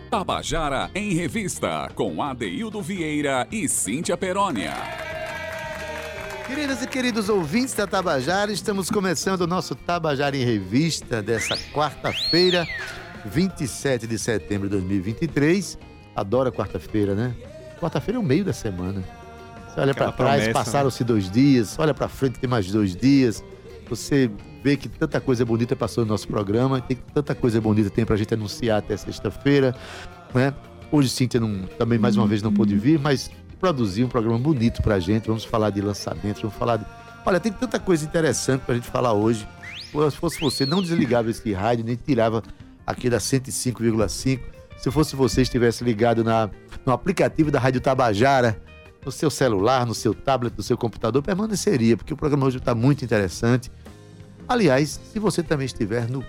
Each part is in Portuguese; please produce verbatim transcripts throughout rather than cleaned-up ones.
Tabajara em Revista, com Adeildo Vieira e Cíntia Perônia. Queridas e queridos ouvintes da Tabajara, estamos começando o nosso Tabajara em Revista dessa quarta-feira, vinte e sete de setembro de dois mil e vinte e três. Adoro a quarta-feira, né? Quarta-feira é o meio da semana. Você olha para trás, passaram-se né? dois dias, olha para frente, tem mais dois dias. Você vê que tanta coisa bonita passou no nosso programa, tem tanta coisa bonita tem pra gente anunciar até sexta-feira, né? Hoje Cíntia não, também mais uma vez não pôde vir, mas produziu um programa bonito pra gente. Vamos falar de lançamentos, vamos falar de... Olha, tem tanta coisa interessante pra gente falar hoje. Se fosse você, não desligava esse rádio, nem tirava aqui da cento e cinco vírgula cinco. Se fosse você, estivesse ligado na, no aplicativo da Rádio Tabajara, no seu celular, no seu tablet, no seu computador, permaneceria, porque o programa hoje está muito interessante. Aliás, se você também estiver no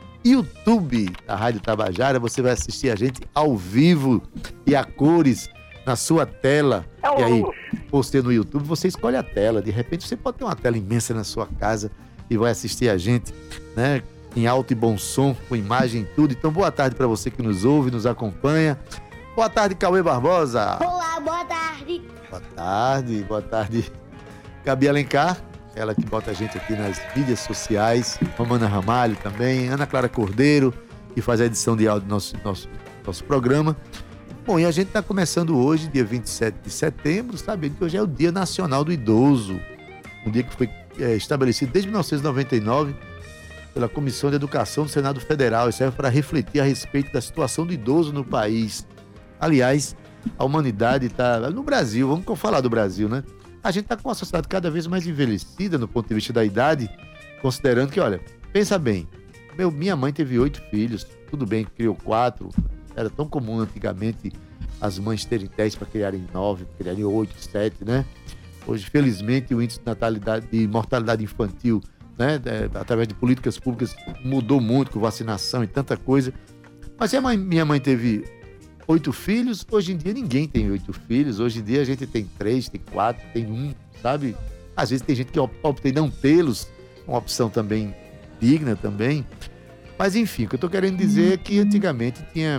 YouTube da Rádio Tabajara, você vai assistir a gente ao vivo e a cores na sua tela. E aí, você no YouTube, você escolhe a tela. De repente, você pode ter uma tela imensa na sua casa e vai assistir a gente, né, em alto e bom som, com imagem e tudo. Então, boa tarde para você que nos ouve, nos acompanha. Boa tarde, Cauê Barbosa. Olá, boa tarde. Boa tarde, boa tarde, Gabi Alencar, ela que bota a gente aqui nas mídias sociais, Romana Ramalho também, Ana Clara Cordeiro, que faz a edição de áudio do nosso, nosso, nosso programa. Bom, e a gente está começando hoje, dia vinte e sete de setembro, sabendo que hoje é o Dia Nacional do Idoso, um dia que foi é, estabelecido desde mil novecentos e noventa e nove pela Comissão de Educação do Senado Federal, e serve para refletir a respeito da situação do idoso no país. Aliás, a humanidade está... No Brasil, vamos falar do Brasil, né? A gente está com uma sociedade cada vez mais envelhecida no ponto de vista da idade, considerando que, olha, pensa bem, meu, minha mãe teve oito filhos, tudo bem, criou quatro, era tão comum antigamente as mães terem dez para criarem nove, criarem oito, sete, né? Hoje, felizmente, o índice de natalidade, de mortalidade infantil, né, é, através de políticas públicas, mudou muito, com vacinação e tanta coisa. Mas se a mãe, minha mãe teve oito filhos, hoje em dia ninguém tem oito filhos, hoje em dia a gente tem três, tem quatro, tem um, sabe? Às vezes tem gente que opta em não tê-los, uma opção também digna também. Mas enfim, o que eu tô querendo dizer é que antigamente tinha,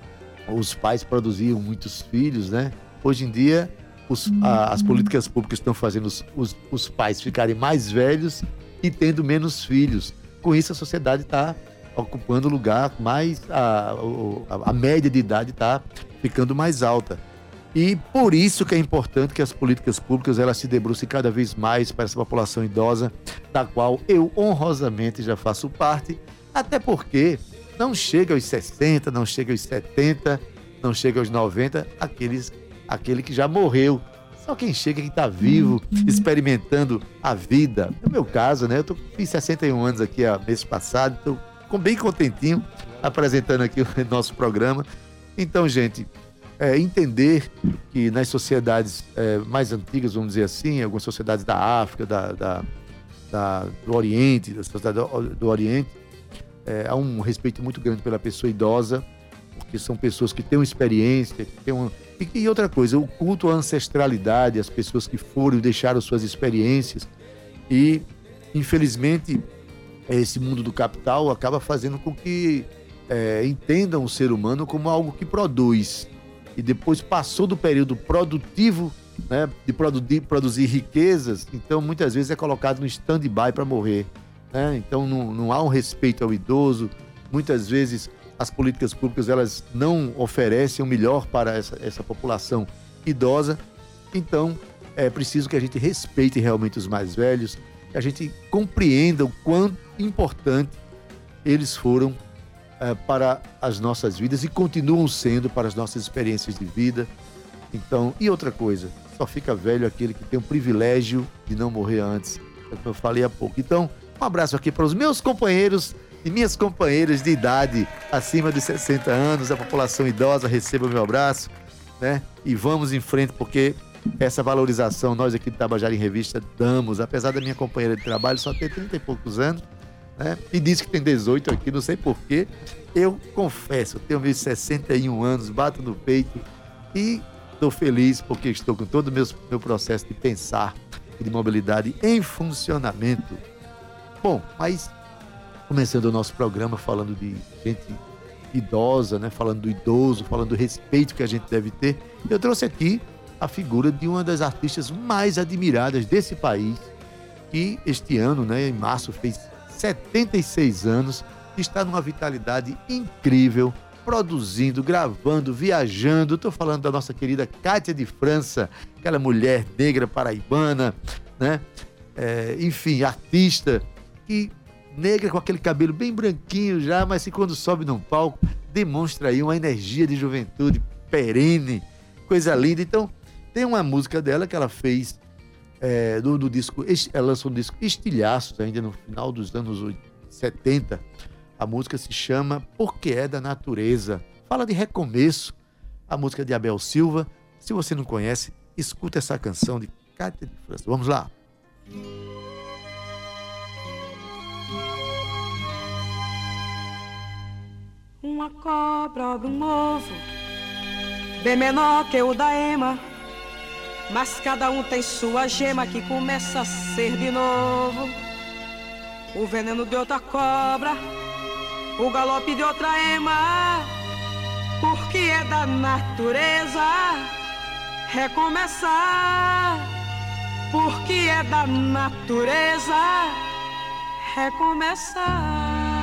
os pais produziam muitos filhos, né? Hoje em dia os, a, as políticas públicas estão fazendo os, os, os pais ficarem mais velhos e tendo menos filhos. Com isso a sociedade está ocupando lugar mais, a, a, a média de idade está ficando mais alta. E por isso que é importante que as políticas públicas elas se debrucem cada vez mais para essa população idosa, da qual eu honrosamente já faço parte, até porque não chega aos sessenta, não chega aos setenta, não chega aos noventa, aqueles, aquele que já morreu. Só quem chega é quem está vivo, experimentando a vida. No meu caso, né, eu tô, fiz sessenta e um anos aqui ó, mês passado, estou bem contentinho apresentando aqui o nosso programa. Então, gente, é, entender que nas sociedades é, mais antigas, vamos dizer assim, algumas sociedades da África, da, da, da, do Oriente, da sociedade do, do Oriente, é, há um respeito muito grande pela pessoa idosa, porque são pessoas que têm uma experiência, que têm uma... E, e outra coisa, o culto à ancestralidade, as pessoas que foram e deixaram suas experiências e, infelizmente, esse mundo do capital acaba fazendo com que é, entendam o ser humano como algo que produz. E depois passou do período produtivo, né, de produzir, produzir riquezas, então muitas vezes é colocado no stand-by para morrer. Né? Então não, não há um respeito ao idoso. Muitas vezes as políticas públicas elas não oferecem o melhor para essa, essa população idosa. Então é preciso que a gente respeite realmente os mais velhos, que a gente compreenda o quanto importante eles foram é, para as nossas vidas e continuam sendo para as nossas experiências de vida. Então, e outra coisa, só fica velho aquele que tem o privilégio de não morrer antes, é o que eu falei há pouco. Então, um abraço aqui para os meus companheiros e minhas companheiras de idade acima de sessenta anos, a população idosa, receba o meu abraço, né? E vamos em frente, porque essa valorização nós aqui do Tabajara em Revista damos, apesar da minha companheira de trabalho só ter trinta e poucos anos, né? E diz que tem dezoito aqui, não sei porquê. Eu confesso, eu tenho meus sessenta e um anos, bato no peito e estou feliz porque estou com todo o meu, meu processo de pensar e de mobilidade em funcionamento. Bom, mas começando o nosso programa falando de gente idosa, né? Falando do idoso, falando do respeito que a gente deve ter. Eu trouxe aqui a figura de uma das artistas mais admiradas desse país, que este ano, né, em março, fez setenta e seis anos, está numa vitalidade incrível, produzindo, gravando, viajando. Estou falando da nossa querida Kátia de França, aquela mulher negra paraibana, né? É, enfim, artista, que negra com aquele cabelo bem branquinho já, mas que quando sobe num palco demonstra aí uma energia de juventude perene, coisa linda. Então, tem uma música dela que ela fez é, do, do disco, ela lançou um disco Estilhaços, ainda no final dos anos setenta. A música se chama Porque é da Natureza. Fala de recomeço. A música de Abel Silva. Se você não conhece, escuta essa canção de Kátia de França. Vamos lá. Uma cobra abre um ovo, bem menor que o da ema, mas cada um tem sua gema que começa a ser de novo. O veneno de outra cobra, o galope de outra ema, porque é da natureza recomeçar, porque é da natureza recomeçar.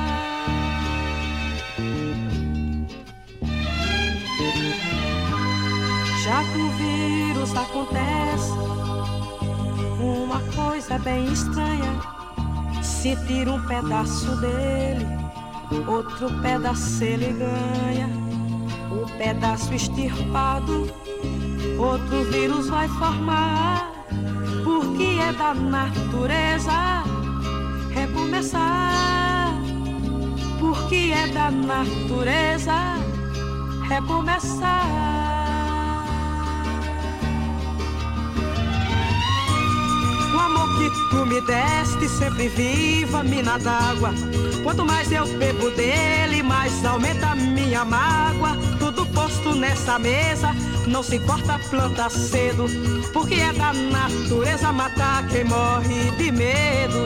Já que o vírus acontece, uma coisa bem estranha, se tira um pedaço dele, outro pedaço ele ganha. O pedaço extirpado, outro vírus vai formar, porque é da natureza recomeçar, porque é da natureza recomeçar. O amor que tu me deste sempre viva mina d'água. Quanto mais eu bebo dele, mais aumenta a minha mágoa. Tudo posto nessa mesa, não se corta a planta cedo, porque é da natureza matar quem morre de medo.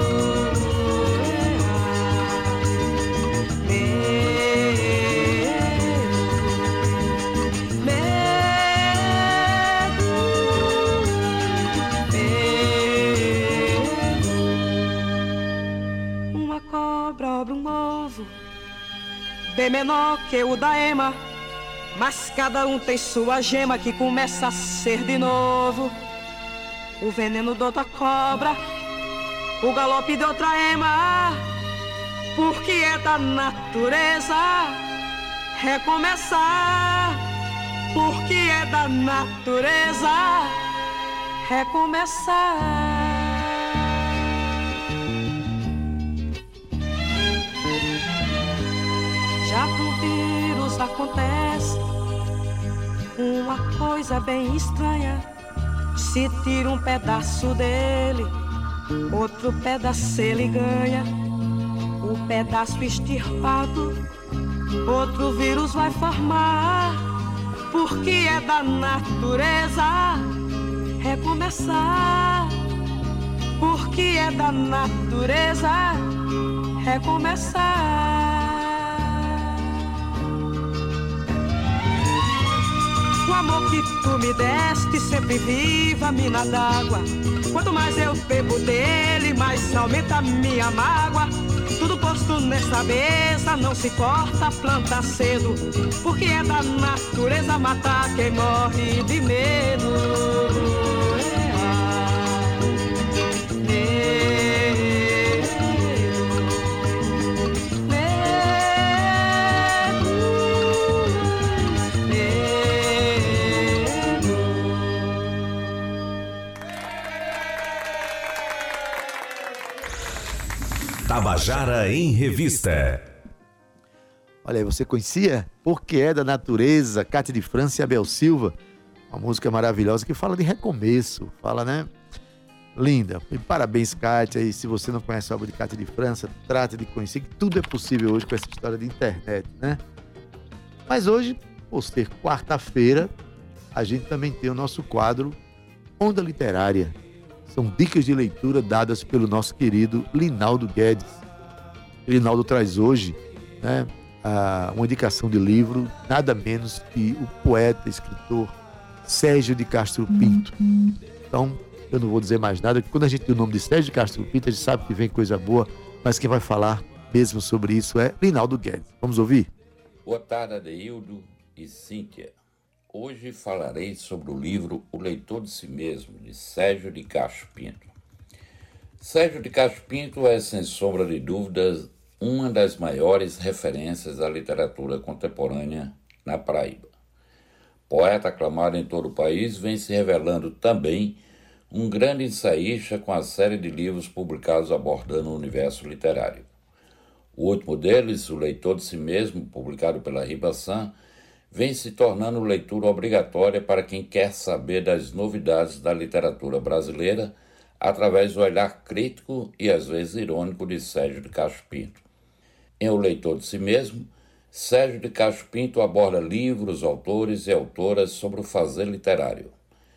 Bem menor que o da ema, mas cada um tem sua gema que começa a ser de novo. O veneno de outra cobra, o galope de outra ema, porque é da natureza recomeçar, porque é da natureza recomeçar. Já que o vírus acontece, uma coisa bem estranha, se tira um pedaço dele, outro pedaço ele ganha. O pedaço extirpado, outro vírus vai formar, porque é da natureza recomeçar, porque é da natureza recomeçar. O amor que tu me deste sempre viva mina d'água. Quanto mais eu bebo dele, mais aumenta a minha mágoa. Tudo posto nessa mesa, não se corta a planta cedo, porque é da natureza matar quem morre de medo. Tabajara em Revista. Olha aí, você conhecia? Porque é da natureza, Kátia de França e Abel Silva. Uma música maravilhosa que fala de recomeço, fala, né? Linda. E parabéns, Kátia. E se você não conhece a obra de Kátia de França, trate de conhecer, que tudo é possível hoje com essa história de internet, né? Mas hoje, por ser quarta-feira, a gente também tem o nosso quadro Onda Literária. São dicas de leitura dadas pelo nosso querido Linaldo Guedes. Linaldo traz hoje, né, ah, uma indicação de livro, nada menos que o poeta, escritor Sérgio de Castro Pinto. Então, eu não vou dizer mais nada, porque quando a gente tem o nome de Sérgio de Castro Pinto, a gente sabe que vem coisa boa, mas quem vai falar mesmo sobre isso é Linaldo Guedes. Vamos ouvir? Boa tarde, Adeildo e Cíntia. Hoje falarei sobre o livro O Leitor de Si Mesmo, de Sérgio de Castro Pinto. Sérgio de Castro Pinto é, sem sombra de dúvidas, uma das maiores referências da literatura contemporânea na Paraíba. Poeta aclamado em todo o país, vem se revelando também um grande ensaísta com a série de livros publicados abordando o universo literário. O último deles, O Leitor de Si Mesmo, publicado pela Ribaçã, vem se tornando leitura obrigatória para quem quer saber das novidades da literatura brasileira através do olhar crítico e às vezes irônico de Sérgio de Castro Pinto. Em O Leitor de Si Mesmo, Sérgio de Castro Pinto aborda livros, autores e autoras sobre o fazer literário.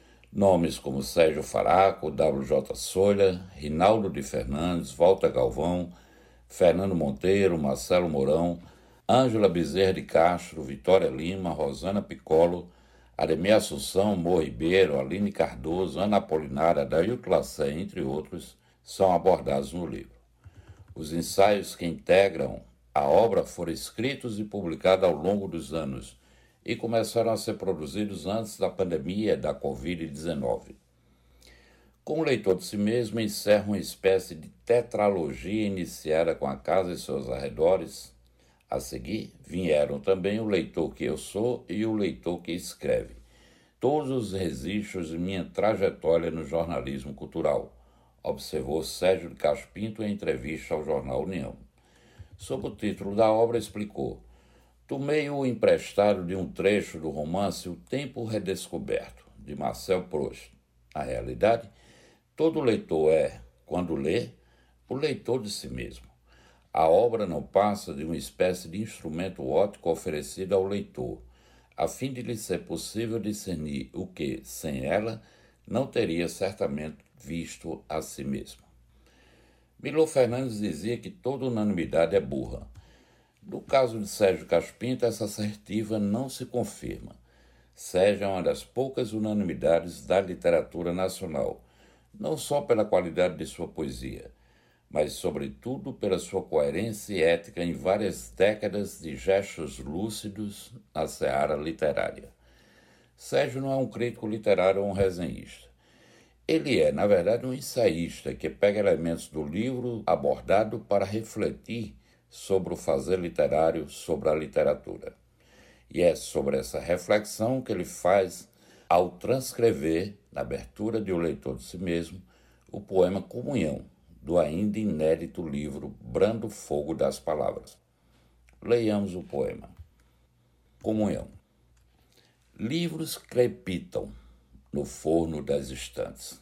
Nomes como Sérgio Faraco, W J Solha, Rinaldo de Fernandes, Walter Galvão, Fernando Monteiro, Marcelo Mourão, Ângela Bezerra de Castro, Vitória Lima, Rosana Piccolo, Ademir Assunção, Mo Ribeiro, Aline Cardoso, Ana Apolinária, Adailto Lacerda, entre outros, são abordados no livro. Os ensaios que integram a obra foram escritos e publicados ao longo dos anos e começaram a ser produzidos antes da pandemia da covid dezenove. Com O Leitor de Si Mesmo, encerra uma espécie de tetralogia iniciada com a casa e seus arredores. A seguir, vieram também O Leitor que Eu Sou e O Leitor que Escreve, todos os registros de minha trajetória no jornalismo cultural, observou Sérgio de Castro Pinto em entrevista ao jornal União. Sob o título da obra, explicou: tomei o emprestado de um trecho do romance O Tempo Redescoberto, de Marcel Proust. Na realidade, todo leitor é, quando lê, o leitor de si mesmo. A obra não passa de uma espécie de instrumento óptico oferecido ao leitor, a fim de lhe ser possível discernir o que, sem ela, não teria certamente visto a si mesmo. Milor Fernandes dizia que toda unanimidade é burra. No caso de Sérgio Castro Pinto, essa assertiva não se confirma. Sérgio é uma das poucas unanimidades da literatura nacional, não só pela qualidade de sua poesia, mas, sobretudo, pela sua coerência e ética em várias décadas de gestos lúcidos na seara literária. Sérgio não é um crítico literário ou um resenhista. Ele é, na verdade, um ensaísta que pega elementos do livro abordado para refletir sobre o fazer literário, sobre a literatura. E é sobre essa reflexão que ele faz ao transcrever, na abertura de O Leitor de Si Mesmo, o poema Comunhão, do ainda inédito livro Brando Fogo das Palavras. Leiamos o poema. Comunhão. Livros crepitam no forno das estantes.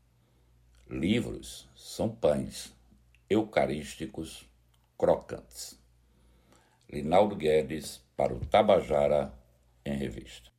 Livros são pães eucarísticos crocantes. Linaldo Guedes para o Tabajara em Revista.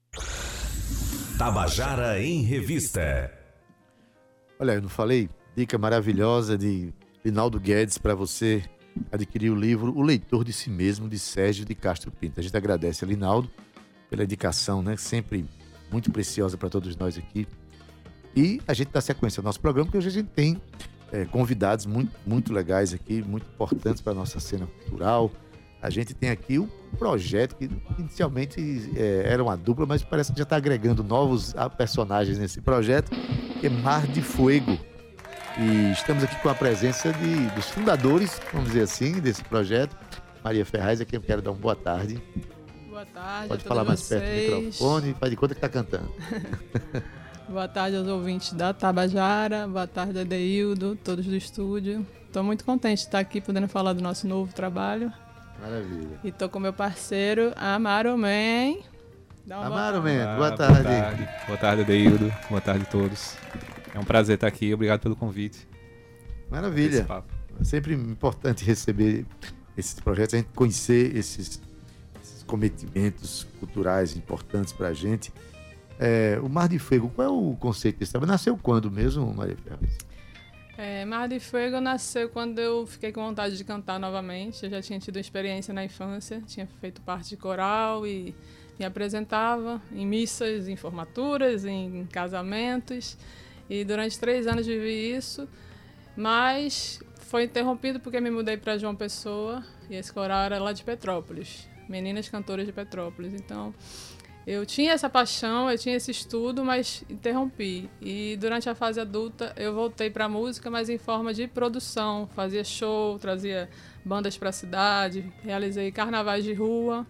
Tabajara em Revista. Olha, eu não falei? Dica maravilhosa de Linaldo Guedes para você adquirir o livro O Leitor de Si Mesmo, de Sérgio de Castro Pinto. A gente agradece a Linaldo pela indicação, né? Sempre muito preciosa para todos nós aqui. E a gente dá sequência ao nosso programa, porque hoje a gente tem é, convidados muito, muito legais aqui, muito importantes para a nossa cena cultural. A gente tem aqui um projeto que inicialmente é, era uma dupla, mas parece que já está agregando novos personagens nesse projeto, que é Mar de Fuego. E estamos aqui com a presença de, dos fundadores, vamos dizer assim, desse projeto. Maria Ferraz, a quem eu quero dar uma boa tarde. Boa tarde. Pode a falar mais vocês. perto do microfone, faz de conta que está cantando. Boa tarde aos ouvintes da Tabajara, boa tarde, Adeildo, todos do estúdio. Estou muito contente de estar aqui podendo falar do nosso novo trabalho. Maravilha. E estou com meu parceiro, Amaro Man. Dá uma Amaro boa... Man, boa Ah, tarde. Boa tarde, boa tarde, Adeildo. Boa tarde a todos. É um prazer estar aqui, obrigado pelo convite. Maravilha. Esse papo. É sempre importante receber esses projetos, a gente conhecer esses, esses cometimentos culturais importantes para a gente. É, o Mar de Fuego, qual é o conceito desse trabalho? Nasceu quando mesmo, Maria Ferraz? É, Mar de Fuego nasceu quando eu fiquei com vontade de cantar novamente. Eu já tinha tido experiência na infância, tinha feito parte de coral e me apresentava em missas, em formaturas, em casamentos. E durante três anos vivi isso, mas foi interrompido porque me mudei para João Pessoa e esse coral era lá de Petrópolis, Meninas Cantoras de Petrópolis. Então, eu tinha essa paixão, eu tinha esse estudo, mas interrompi. E durante a fase adulta, eu voltei para a música, mas em forma de produção. Fazia show, trazia bandas para a cidade, realizei carnavais de rua.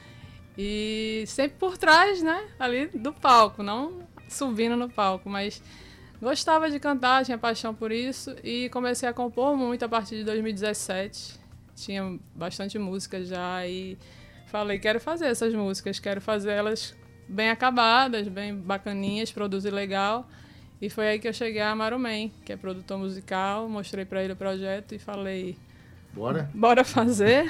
E sempre por trás, né, ali do palco, não subindo no palco, mas gostava de cantar, tinha paixão por isso e comecei a compor muito a partir de dois mil e dezessete. Tinha bastante música já e falei, quero fazer essas músicas, quero fazer elas bem acabadas, bem bacaninhas, produzir legal. E foi aí que eu cheguei a Amaro Man, que é produtor musical, mostrei para ele o projeto e falei, bora? Bora fazer.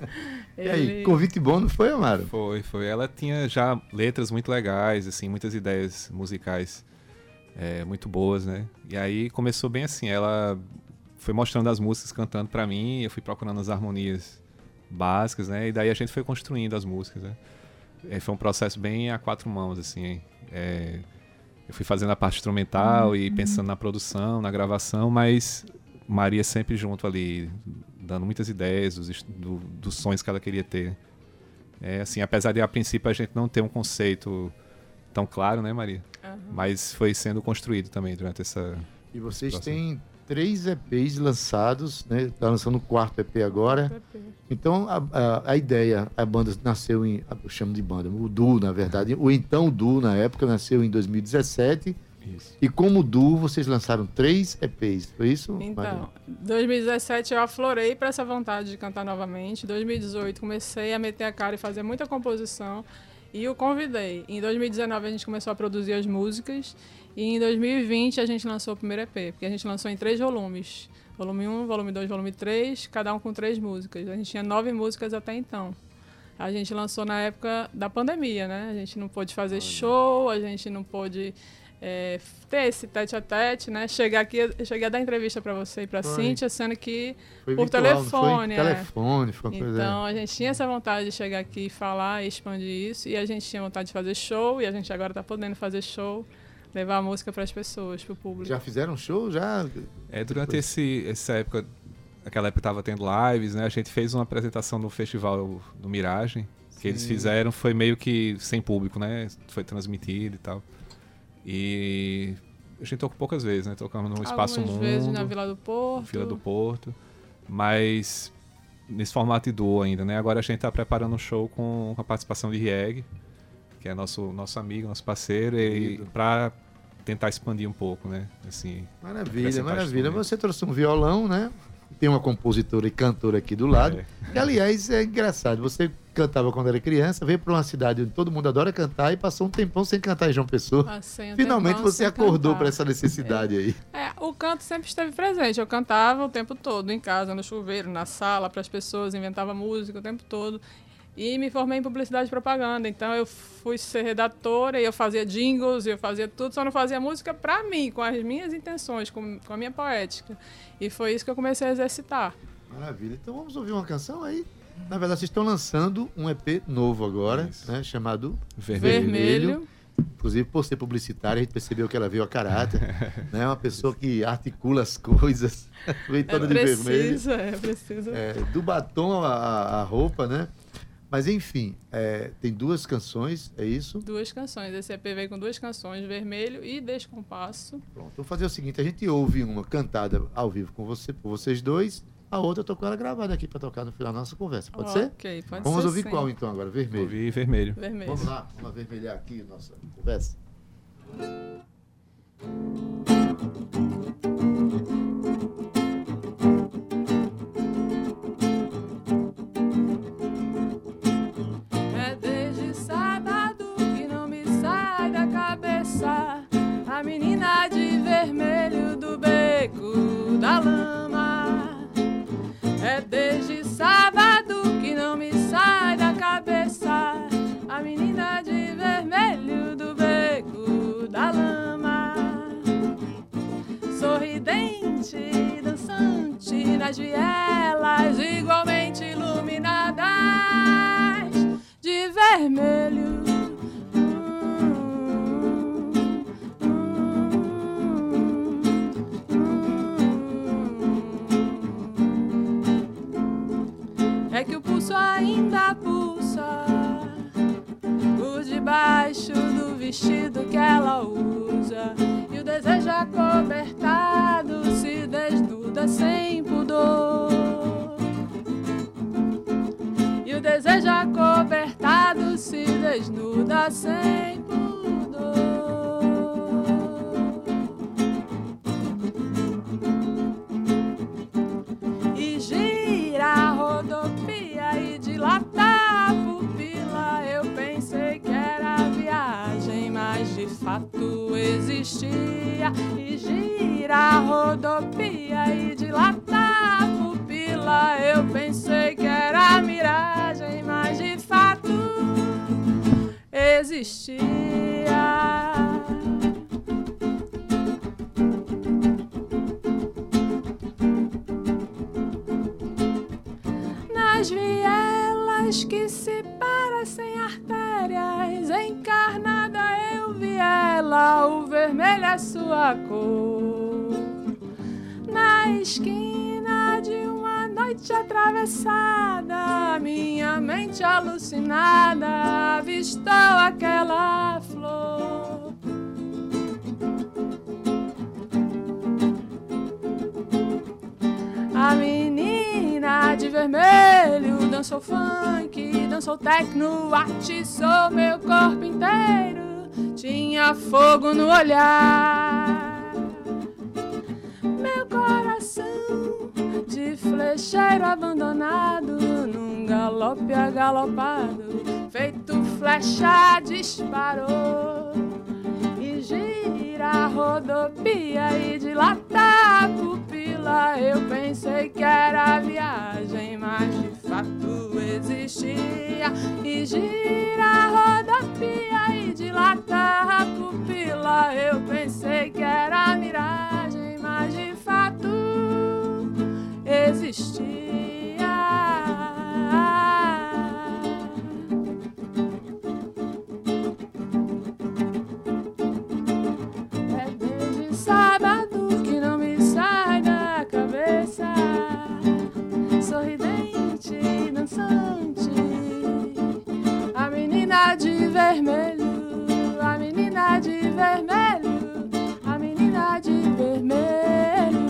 E ele... aí, convite bom, não foi, Amaro? Foi, foi. Ela tinha já letras muito legais, assim, muitas ideias musicais é, muito boas, né? E aí começou bem assim, ela foi mostrando as músicas, cantando para mim, eu fui procurando as harmonias básicas, né? E daí a gente foi construindo as músicas, né? É, foi um processo bem a quatro mãos, assim. É, eu fui fazendo a parte instrumental uhum. e pensando na produção, na gravação, mas Maria sempre junto ali, dando muitas ideias dos, do, dos sonhos que ela queria ter. É, assim, apesar de a princípio a gente não ter um conceito tão claro, né, Maria? Uhum. Mas foi sendo construído também durante essa... E vocês têm três E Pês lançados, né? Tá lançando o quarto E P agora. E P. Então, a, a, a ideia, a banda nasceu em... Eu chamo de banda, o duo, na verdade. O então duo, na época, nasceu em dois mil e dezessete. Isso. E como duo, vocês lançaram três E Pês, foi isso? Então, em dois mil e dezessete eu aflorei para essa vontade de cantar novamente. Em dois mil e dezoito comecei a meter a cara e fazer muita composição. E o convidei. Em dois mil e dezenove a gente começou a produzir as músicas. E em dois mil e vinte a gente lançou o primeiro E P, porque a gente lançou em três volumes. Volume um, volume dois, volume três, cada um com três músicas. A gente tinha nove músicas até então. A gente lançou na época da pandemia, né? A gente não pôde fazer show, a gente não pôde é, ter esse tete-a-tete, né? Chegar aqui, eu cheguei a dar entrevista para você e para Cíntia, sendo que foi por virtual, telefone. Foi é. telefone, foi uma coisa... Então, a gente tinha essa vontade de chegar aqui e falar e expandir isso. E a gente tinha vontade de fazer show, e a gente agora está podendo fazer show, levar a música para as pessoas, para o público. Já fizeram show? Já? É, durante esse, essa época, aquela época estava tendo lives, né? A gente fez uma apresentação no festival do Miragem, que Sim. eles fizeram, foi meio que sem público, né? Foi transmitido e tal. E a gente tocou poucas vezes, né? Tocamos no Espaço Mundo. Algumas vezes na Vila do Porto. Vila do Porto. Mas nesse formato de duo ainda, né? Agora a gente está preparando um show com a participação de Rieg, que é nosso, nosso amigo, nosso parceiro, e para tentar expandir um pouco, né? Assim, maravilha, maravilha. Você trouxe um violão, né? Tem uma compositora e cantora aqui do lado. É. Que, aliás, é engraçado. Você cantava quando era criança, veio para uma cidade onde todo mundo adora cantar e passou um tempão sem cantar em João Pessoa. Passei um Finalmente você acordou para essa necessidade é. aí. É, o canto sempre esteve presente. Eu cantava o tempo todo, em casa, no chuveiro, na sala, para as pessoas, inventava música o tempo todo. E me formei em publicidade e propaganda. Então eu fui ser redatora e eu fazia jingles, eu fazia tudo, só não fazia música para mim, com as minhas intenções, com, com a minha poética. E foi isso que eu comecei a exercitar. Maravilha. Então vamos ouvir uma canção aí. Na verdade, vocês estão lançando um E P novo agora, né, chamado Vermelho. Vermelho. Inclusive, por ser publicitária, a gente percebeu que ela veio a caráter. Né? Uma pessoa que articula as coisas. Veio toda é de preciso, vermelho. É preciso. É, do batom à, à roupa, né? Mas, enfim, é, tem duas canções, é isso? Duas canções. Esse E P veio com duas canções, Vermelho e Descompasso. Pronto, vou fazer o seguinte, a gente ouve uma cantada ao vivo com você, por vocês dois, a outra eu tô com ela gravada aqui para tocar no final da nossa conversa, pode oh, ser? Ok, pode Vamos ser ouvir sim. qual então agora? Vermelho. Ouvir Vermelho. Vermelho. Vamos lá, vamos avermelhar aqui a nossa conversa. A menina de vermelho do beco da lama. É desde sábado que não me sai da cabeça. A menina de vermelho do beco da lama. Sorridente nas vielas igualmente iluminadas de vermelho. É que o pulso ainda pulsa por debaixo do vestido que ela usa, e o desejo acobertado se desnuda sem pudor. E o desejo acobertado se desnuda sem pudor. E gira a rodopia e dilata a pupila. Eu pensei que era viagem, mas de fato existia. E gira a rodopia e dilata a pupila. Eu pensei que era miragem, mas de fato existia. Nas vielas que se parecem artérias, encarnada eu vi ela, o vermelho é sua cor. Na esquina de uma noite atravessada, minha mente alucinada avistou aquela flor. A menina de vermelho dançou funk, dançou techno, atiçou meu corpo inteiro. Tinha fogo no olhar. Meu coração de flecheiro abandonado, num galope agalopado, feito flecha disparou. E gira a rodopia e dilata a pupila. Eu pensei que era viagem, mas de fato existia. E gira a rodopia e dilata a pupila. Eu pensei que era miragem, mas de fato existia. Sábado que não me sai da cabeça, sorridente e dançante, a menina de vermelho, a menina de vermelho, a menina de vermelho.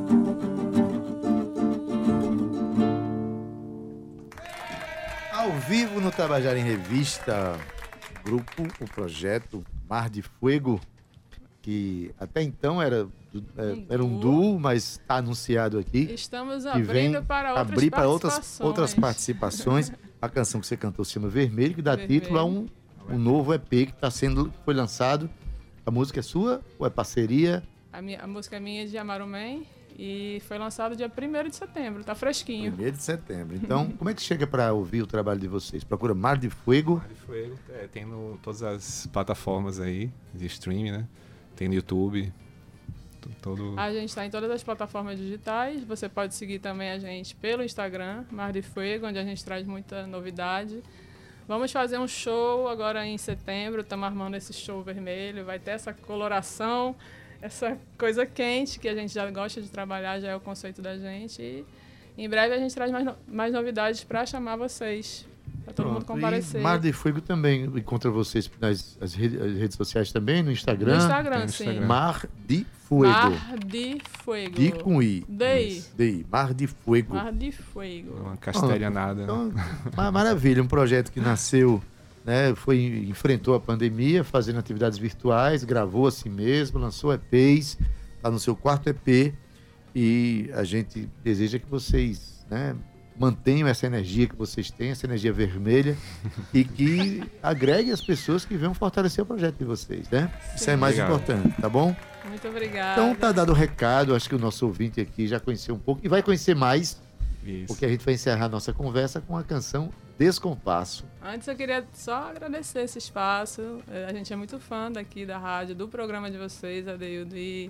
Ao vivo no Tabajara em Revista, grupo, o projeto Mar de Fuego, que até então era, era um duo, mas está anunciado aqui. Estamos que abrindo vem para outras abrir para outras, participações. outras participações. A canção que você cantou se chama Vermelho, que dá Vermelho. título a um, um novo E P que tá sendo, foi lançado. A música é sua ou é parceria? A, minha, a música é minha, de Amarumen, e foi lançado dia primeiro de setembro, tá fresquinho. primeiro de setembro. Então, como é que chega para ouvir o trabalho de vocês? Procura Mar de Fuego. Mar de Fuego, é, tem no todas as plataformas aí de streaming, né? Tem no YouTube. t- Todo... A gente está em todas as plataformas digitais. Você pode seguir também a gente pelo Instagram, Mar de Fuego, onde a gente traz muita novidade. Vamos fazer um show agora em setembro. Estamos armando esse show vermelho. Vai ter essa coloração, essa coisa quente que a gente já gosta de trabalhar, já é o conceito da gente. E em breve a gente traz mais, no- mais novidades para chamar vocês, para todo mundo Pronto. comparecer. E Mar de Fuego também encontra vocês nas as redes, as redes sociais também, no Instagram. No Instagram, Tem no sim. Instagram. Mar de Fuego. Mar de Fuego. De com I. Dei. Isso. Dei. Mar de Fuego. Mar de Fuego. Uma castelhanada. Então, ma- maravilha, um projeto que nasceu, né, foi, enfrentou a pandemia, fazendo atividades virtuais, gravou a si mesmo, lançou E Ps, está no seu quarto E P, e a gente deseja que vocês, né, mantenham essa energia que vocês têm, essa energia vermelha, e que agreguem as pessoas que venham fortalecer o projeto de vocês, né? Isso é mais Obrigado. importante, tá bom? Muito obrigada. Então tá dado o recado, acho que o nosso ouvinte aqui já conheceu um pouco, e vai conhecer mais, Isso. porque a gente vai encerrar a nossa conversa com a canção Descompasso. Antes eu queria só agradecer esse espaço. Eh, A gente é muito fã daqui da rádio, do programa de vocês, Adeildo, e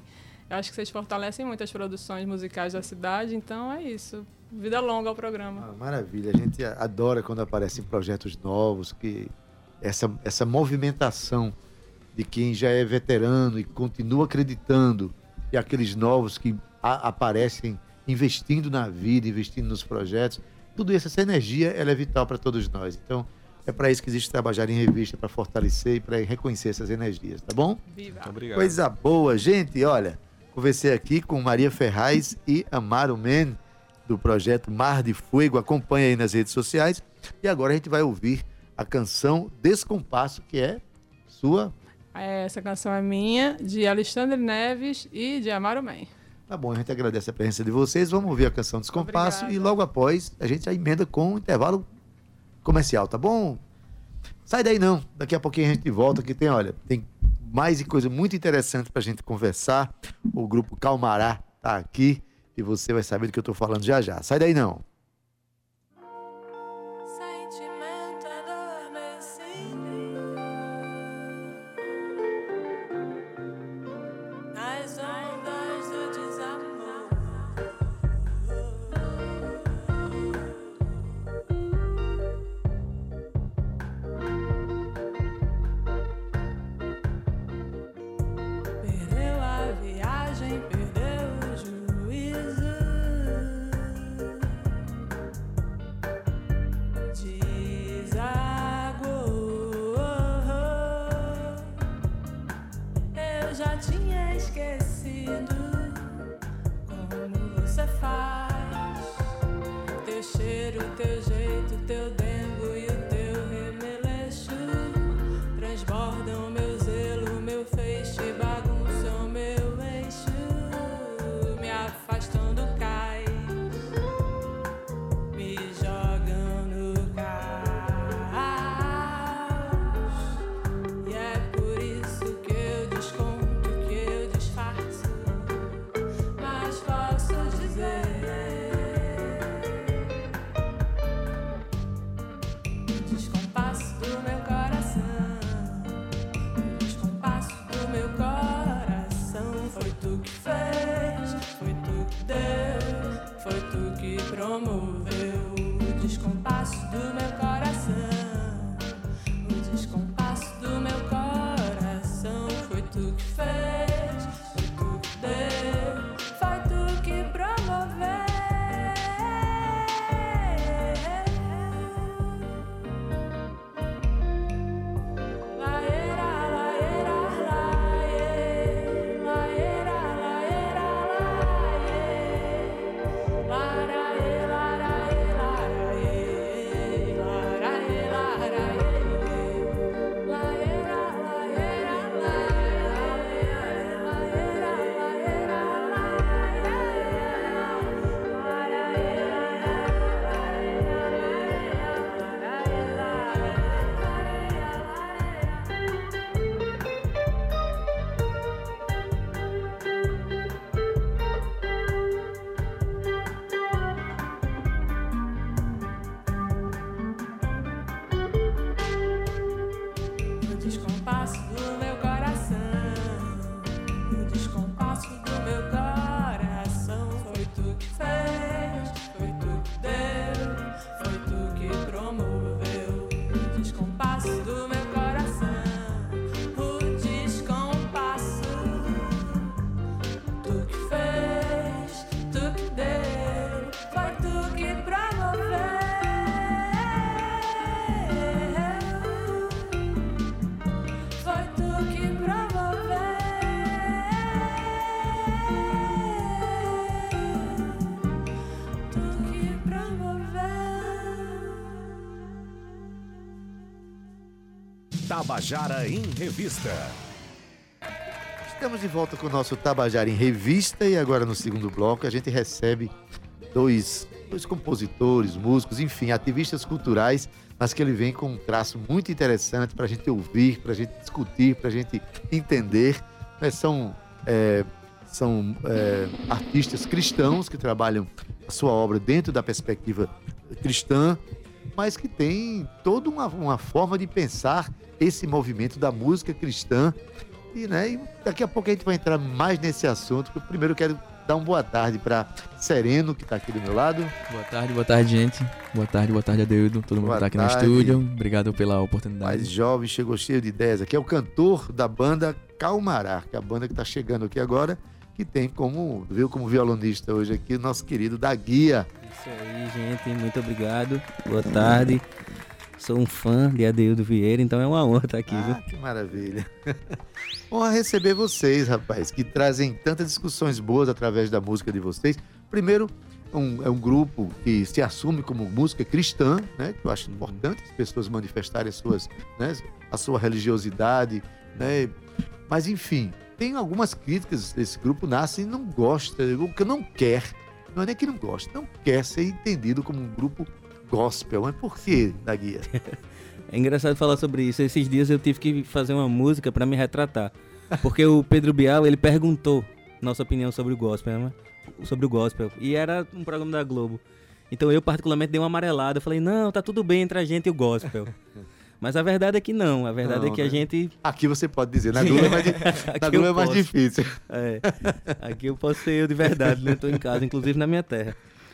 Eu acho que vocês fortalecem muito as produções musicais da cidade, então é isso. Vida longa ao programa. Ah, maravilha, a gente adora quando aparecem projetos novos, que essa, essa movimentação de quem já é veterano e continua acreditando, e aqueles novos que a, aparecem investindo na vida, investindo nos projetos, tudo isso, essa energia, ela é vital para todos nós. Então, é para isso que existe Tabajara em Revista, para fortalecer e para reconhecer essas energias, tá bom? Viva! Muito obrigado. Coisa boa, gente, olha, conversei aqui com Maria Ferraz e Amaro Men, do projeto Mar de Fuego, acompanha aí nas redes sociais, e agora a gente vai ouvir a canção Descompasso, que é sua... Essa canção é minha, de Alexandre Neves e de Amaro Men. Tá bom, a gente agradece a presença de vocês, vamos ouvir a canção Descompasso. Obrigada. E logo após a gente já emenda com um intervalo comercial, tá bom? Sai daí não, daqui a pouquinho a gente volta, que tem, olha, tem mais coisa muito interessante pra gente conversar. O grupo Calmará tá aqui e você vai saber do que eu tô falando já já. Sai daí não. Sentimento adormecido nas ondas do desamor. Perdeu a viagem, perdeu o juízo. Desaguou. Eu já tinha esquecido como você faz. Teu cheiro, teu jeito, teu dengo e o teu remeleixo transbordam meu zelo, meu feixe, bagunçam meu eixo, me afastando cais, me jogam no caos. E é por isso que eu desconto, que eu disfarço, mas posso dizer: descompasso do meu coração, descompasso do meu coração. Foi tu que fez, foi tu que deu, foi tu que promoveu o descompasso do meu coração, o descompasso do meu coração. Foi tu que fez, foi tu que deu, foi tu que promoveu. Laera, laera, laie, laera, laera, laie, larae, larae, larae, larae, larae, laera, laera, o descompasso do meu coração, o descompasso do meu coração. Foi tu que fez, foi tu que deu, foi tu que promoveu o descompasso do meu coração, o descompasso. Tu que fez, tu que deu, foi tu que promoveu. Foi tu que promoveu, tu que promoveu. Tabajara em Revista. Estamos de volta com o nosso Tabajara em Revista e agora no segundo bloco a gente recebe dois, dois compositores, músicos, enfim, ativistas culturais, mas que ele vem com um traço muito interessante para a gente ouvir, para a gente discutir, para a gente entender. Né? São, é, são é, artistas cristãos que trabalham a sua obra dentro da perspectiva cristã, mas que tem toda uma, uma forma de pensar esse movimento da música cristã E, né, e daqui a pouco a gente vai entrar mais nesse assunto. Eu primeiro quero dar uma boa tarde para Sereno, que está aqui do meu lado. Boa tarde, boa tarde, gente. Boa tarde, boa tarde, Adeildo. Todo mundo Boa que tá aqui tarde. no estúdio. Obrigado pela oportunidade. Mais jovem, chegou cheio de ideias aqui. É o cantor da banda Calmará, que é a banda que está chegando aqui agora, que tem como, viu, como violonista hoje aqui, o nosso querido Da Guia. Isso aí, gente. Muito obrigado. Boa tarde. Sou um fã de Adeildo Vieira, então é uma honra estar aqui, viu? Ah, que maravilha. Honra receber vocês, rapaz, que trazem tantas discussões boas através da música de vocês. Primeiro, um, é um grupo que se assume como música cristã, né? Que eu acho importante as pessoas manifestarem as suas, né, a sua religiosidade, né? Mas, enfim, tem algumas críticas. Esse grupo nasce e não gosta, que não quer, não é nem que não gosta, não quer ser entendido como um grupo gospel. Mas por que, Da Guia? É engraçado falar sobre isso. Esses dias eu tive que fazer uma música para me retratar. Porque o Pedro Bial, ele perguntou nossa opinião sobre o gospel, né? Sobre o gospel. E era um programa da Globo. Então eu particularmente dei uma amarelada. Eu falei, não, tá tudo bem entre a gente e o gospel. Mas a verdade é que não. A verdade Não, é que né? a gente... Aqui você pode dizer, na Globo é mais, di- na Globo é mais difícil. É, aqui eu posso ser eu de verdade, né? Tô em casa, inclusive na minha terra.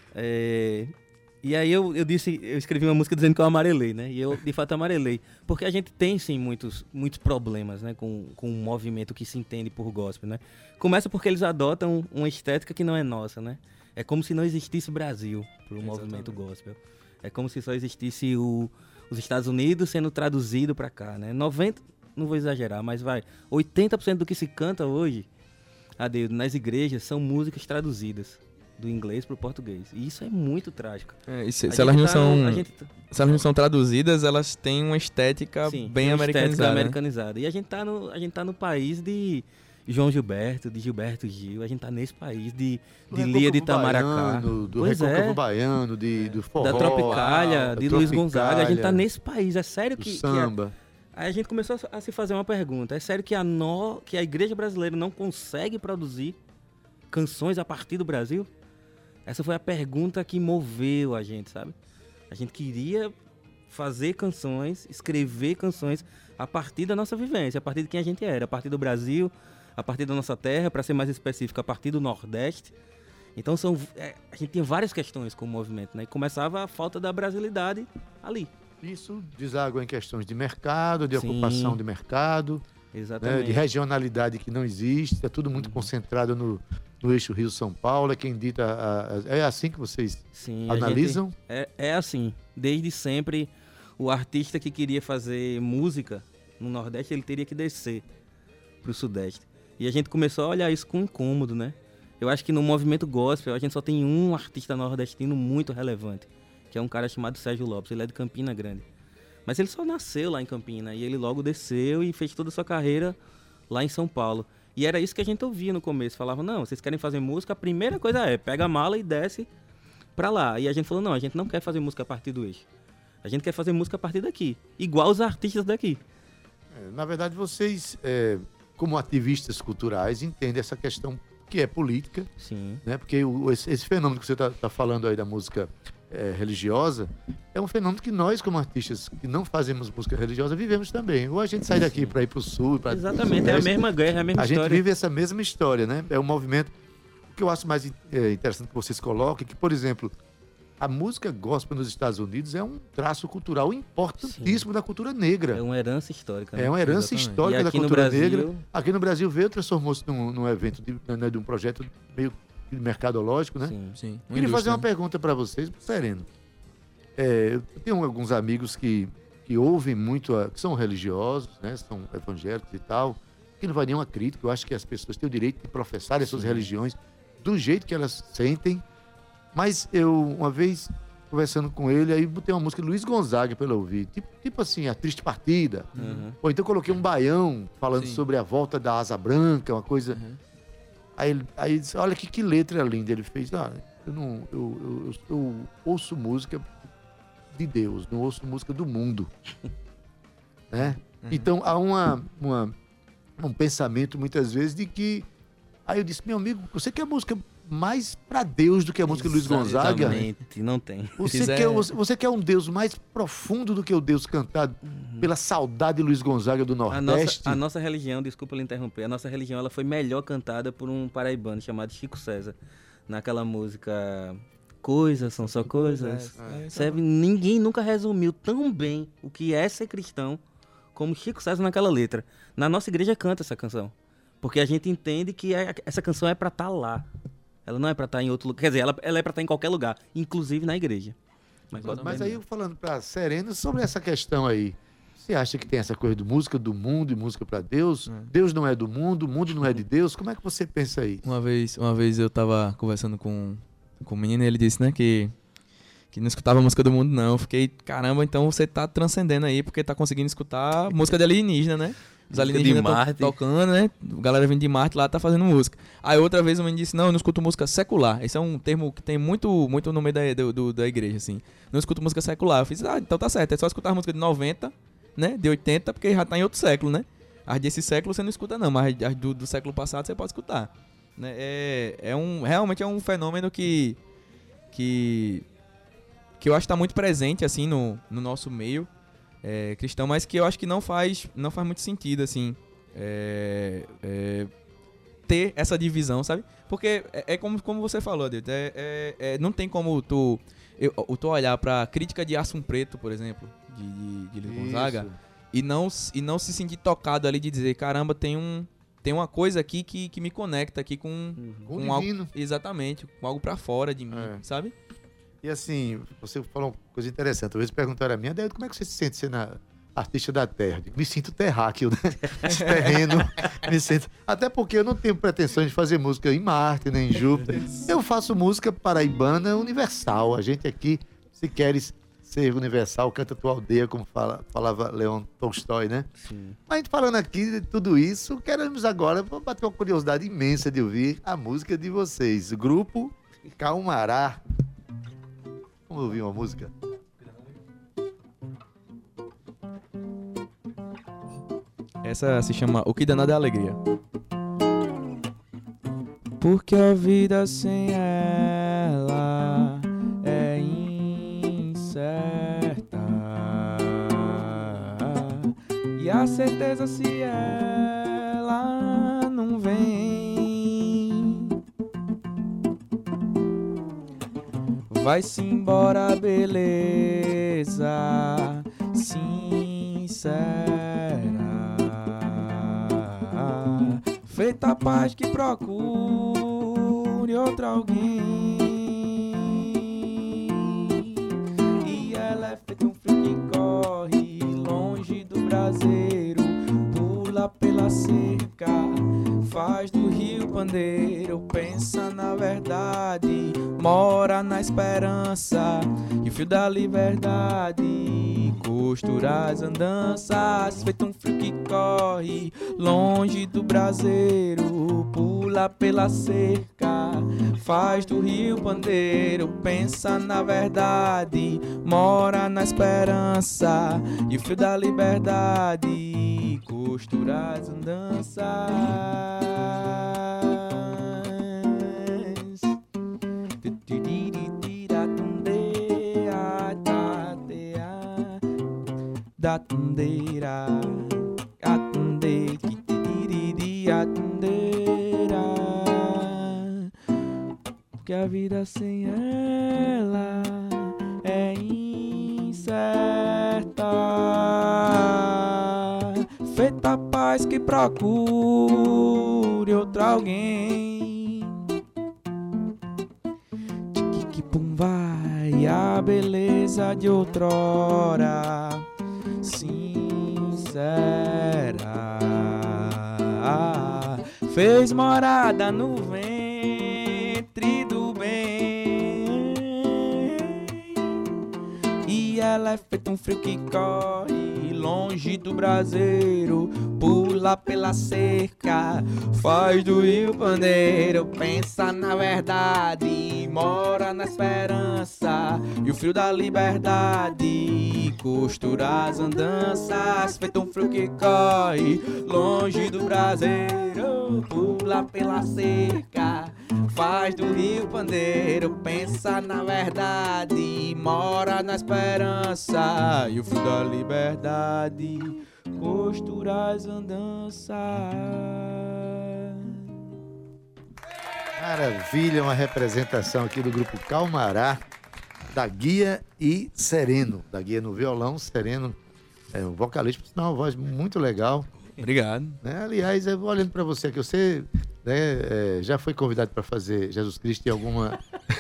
É, e aí eu, eu disse, eu escrevi uma música dizendo que eu amarelei, né? E eu de fato amarelei. Porque a gente tem sim muitos, muitos problemas, né? Com, com um movimento que se entende por gospel, né? Começa porque eles adotam uma estética que não é nossa, né? É como se não existisse Brasil pro movimento gospel. É como se só existisse o, os Estados Unidos sendo traduzido para cá, né? noventa, não vou exagerar, mas vai, oitenta por cento do que se canta hoje, Adeildo, nas igrejas, são músicas traduzidas do inglês pro português. E isso é muito trágico. É, e se, A se elas gente não tá- são, a gente tá- se elas não são traduzidas, elas têm uma estética Sim, bem tem uma estética americanizada. né? americanizada. E a gente, tá no, a gente tá no país de João Gilberto, de Gilberto Gil, a gente tá nesse país de, Do de Lia de Recôncavo Itamaracá. Baiano, do Pois Recôncavo é. Baiano, de, do forró, Da Tropicália, da de Luiz Gonzaga, a gente tá Tropicália, nesse país. É sério do que, que samba. a, aí a gente começou a, a se fazer uma pergunta. É sério que a, no, que a igreja brasileira não consegue produzir canções a partir do Brasil? Essa foi a pergunta que moveu a gente, sabe? A gente queria fazer canções, escrever canções a partir da nossa vivência, a partir de quem a gente era, a partir do Brasil, a partir da nossa terra, para ser mais específico, a partir do Nordeste. Então são, é, a gente tinha várias questões com o movimento, né? E começava a falta da brasilidade ali. Isso deságua em questões de mercado, de Sim. ocupação de mercado, né, Exatamente. de regionalidade que não existe, é tudo muito concentrado no, no eixo Rio-São Paulo, é quem dita... a- a- é assim que vocês Sim, a analisam? gente- é, é assim, desde sempre, o artista que queria fazer música no Nordeste, ele teria que descer pro Sudeste. E a gente começou a olhar isso com incômodo, né? Eu acho que no movimento gospel, a gente só tem um artista nordestino muito relevante, que é um cara chamado Sérgio Lopes, ele é de Campina Grande. Mas ele só nasceu lá em Campina, e ele logo desceu e fez toda a sua carreira lá em São Paulo. E era isso que a gente ouvia no começo, falava, não, vocês querem fazer música, a primeira coisa é, pega a mala e desce pra lá. E a gente falou, não, a gente não quer fazer música a partir do eixo. A gente quer fazer música a partir daqui, igual os artistas daqui. É, na verdade, vocês, é, como ativistas culturais, entendem essa questão que é política, Sim. né? Porque o- esse, esse fenômeno que você está falando aí da música é, religiosa é um fenômeno que nós, como artistas que não fazemos música religiosa, vivemos também. Ou a gente sai daqui para ir para o sul, para Exatamente, é a mesma guerra, é a mesma a gente história. vive essa mesma história, né? É um movimento. O que eu acho mais é, interessante que vocês coloquem é que, por exemplo, a música gospel nos Estados Unidos é um traço cultural importantíssimo da cultura negra. É uma herança histórica. né? É uma herança Exatamente. histórica E da aqui no cultura Brasil- negra. Aqui no Brasil veio, transformou-se num, num evento, de, né, de um projeto meio mercadológico, né? Sim. Sim, Eu queria fazer uma pergunta para vocês, Sereno. É, eu tenho alguns amigos que, que ouvem muito, a- que são religiosos, né? São evangélicos e tal, que não vai nenhuma crítica. Eu acho que as pessoas têm o direito de professar as suas religiões do jeito que elas sentem. Mas eu, uma vez, conversando com ele, aí botei uma música de Luiz Gonzaga para ele ouvir. Tipo, tipo assim, A Triste Partida. Uhum. Ou então coloquei um baião falando Sim. sobre a volta da asa branca, uma coisa. Uhum. Aí, ele- aí ele disse, olha que, que letra linda. Ele fez, ah, eu, não, eu, eu, eu- eu ouço música de Deus, não ouço música do mundo. Né? Então há uma, uma, um pensamento muitas vezes de que. Aí eu disse, meu amigo, você quer música mais pra Deus do que a música de Luiz Gonzaga. Exatamente, não tem. Você, Quiser- quer, você, você quer um Deus mais profundo do que o Deus cantado pela saudade de Luiz Gonzaga do A Nordeste? nossa, a nossa religião, desculpa lhe interromper, a nossa religião ela foi melhor cantada por um paraibano chamado Chico César. Naquela música Coisas São Só Coisas. É, Sabe, ninguém nunca resumiu tão bem o que é ser cristão como Chico César naquela letra. Na nossa igreja canta essa canção. Porque a gente entende que é- essa canção é pra estar lá. Ela não é pra estar em outro lugar. Quer dizer, ela, ela é pra estar em qualquer lugar, inclusive na igreja. Mas, Mas aí, falando pra Serena, sobre essa questão aí, você acha que tem essa coisa de música do mundo e música pra Deus? Deus não é do mundo, o mundo não é de Deus? Como é que você pensa aí? Uma vez, uma vez eu tava conversando com, com um menino e ele disse, né, que, que não escutava música do mundo, não. Eu fiquei, caramba, então você tá transcendendo aí, porque tá conseguindo escutar música de alienígena, né? Os Música alienígenas de tão Marte. tocando, né? A galera vindo de Marte lá tá fazendo música. Aí outra vez o menino disse, não, eu não escuto música secular. Esse é um termo que tem muito, muito no meio da, do, do- da igreja, assim. Não escuto música secular. Eu fiz, ah, então tá certo, é só escutar música de noventa, né? De oitenta, porque já tá em outro século, né? As desse século você não escuta não, mas as do, do século passado você pode escutar. Né? É, é um, realmente é um fenômeno que, que, que eu acho que tá muito presente, assim, no, no nosso meio é, cristão, mas que eu acho que não faz, não faz muito sentido, assim, é, é, ter essa divisão, sabe? Porque é, é como, como você falou, Adelto, é, é, é, não tem como tu, eu, tu olhar pra crítica de Assum Preto, por exemplo, de, de, de Luiz Gonzaga, Isso. e não, e não se sentir tocado ali de dizer, caramba, tem um tem uma coisa aqui que, que me conecta aqui com, Com com o algo, divino. exatamente, com algo pra fora de mim, É. sabe? E assim, você falou uma coisa interessante. Talvez perguntaram a mim, Adelto, como é que você se sente sendo a artista da terra? Eu digo, me sinto terráqueo, né? Esse terreno, me sinto... Até porque eu não tenho pretensões de fazer música em Marte, nem em Júpiter. Eu faço música paraibana universal. A gente aqui, se queres ser universal, canta tua aldeia, como fala, falava Leon Tolstói, né? Sim. Mas a gente falando aqui de tudo isso, queremos agora, vou bater uma curiosidade imensa de ouvir a música de vocês. Grupo Calmará. Vamos ouvir uma música? Essa se chama O Que Danado é Alegria. Porque a vida sem ela é incerta. E a certeza se ela não vem, vai-se embora a beleza sincera, feita a paz que procure outro alguém. E ela é feita um frio que corre longe do braseiro, pula pela cerca, faz do rio pandeiro, pensa na verdade, mora na esperança e o fio da liberdade costura as andanças, feito um frio que corre longe do braseiro, pula pela cerca, faz do rio pandeiro, pensa na verdade, mora na esperança e o fio da liberdade costura as andanças. Da tundeira, a tunde, que tiriri, a tundeira. Porque a vida sem ela é incerta. Feita a paz que procure outro alguém. Tiki-pum vai a beleza de outrora sincera, fez morada no ventre do bem, e ela é feita um frio que corre longe do braseiro, pula pela cerca, faz do rio pandeiro, pensa na verdade, mora na esperança e o frio da liberdade costura as andanças, feito um frio que corre longe do braseiro, pula pela cerca, Faz do rio pandeiro, pensa na verdade, mora na esperança e o fio da liberdade, costura as andanças. Maravilha, uma representação aqui do grupo Calmará, da Guia e Sereno. Da Guia no violão, Sereno é um vocalista, por sinal, uma voz muito legal. Obrigado. Né? Aliás, eu vou olhando para você aqui, você né, é, já foi convidado para fazer Jesus Cristo em alguma,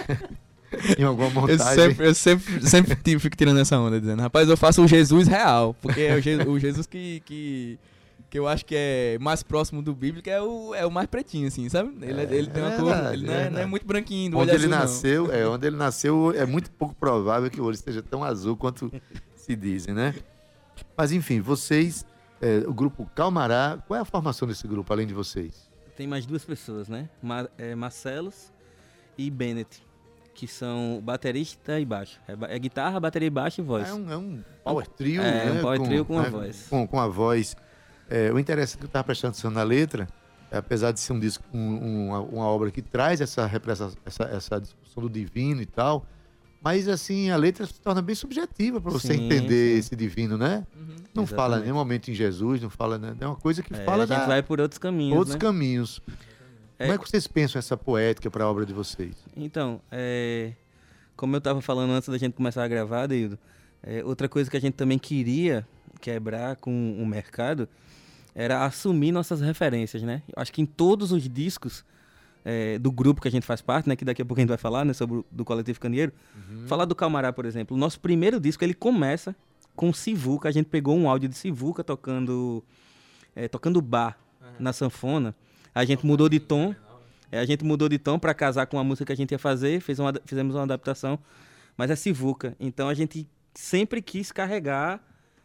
em alguma montagem? Eu sempre, eu sempre, sempre tive- fico tirando essa onda, dizendo, rapaz, eu faço o Jesus real, porque é o, Je- o Jesus que, que, que eu acho que é mais próximo do bíblico, é o, é o mais pretinho, assim, sabe? Ele, é- ele tem uma é cor, verdade, ele não é é, não é verdade. muito branquinho, do Onde olho ele azul, não. nasceu, é, onde ele nasceu, é muito pouco provável que o olho esteja tão azul quanto se dizem, né? Mas enfim, vocês, é, o grupo Calmará, qual é a formação desse grupo, além de vocês? Tem mais duas pessoas, né? Ma é, Marcelos e Bennett, que são baterista e baixo. É, ba- é guitarra, bateria e baixo e voz. É um, é um power trio, É, né? um power trio com a né, voz. Com, com a voz. É, o interessante que eu estava prestando atenção na letra, é, apesar de ser um disco, um- um- uma, uma obra que traz essa, represa- essa, essa discussão do divino e tal, mas assim, a letra se torna bem subjetiva para você Sim, entender sim. esse divino, né? Não fala em Exatamente. nenhum momento em Jesus, não fala, né? É uma coisa que É, fala a gente da, vai por outros caminhos, outros né? caminhos. É. Como é que vocês pensam essa poética para a obra de vocês? Então, é, como eu estava falando antes da gente começar a gravar, Deildo, é, outra coisa que a gente também queria quebrar com o mercado era assumir nossas referências, né? Eu acho que em todos os discos é, do grupo que a gente faz parte, né? Que daqui a pouco a gente vai falar, né? Sobre o do Coletivo Candeeiro. Falar do Calmará, por exemplo. O nosso primeiro disco, ele começa com Sivuca. A gente pegou um áudio de Sivuca tocando, é, tocando bar na sanfona. A gente mudou de tom. É, a gente mudou de tom para casar com a música que a gente ia fazer. Fez uma, fizemos uma adaptação. Mas é Sivuca. Então a gente sempre quis carregar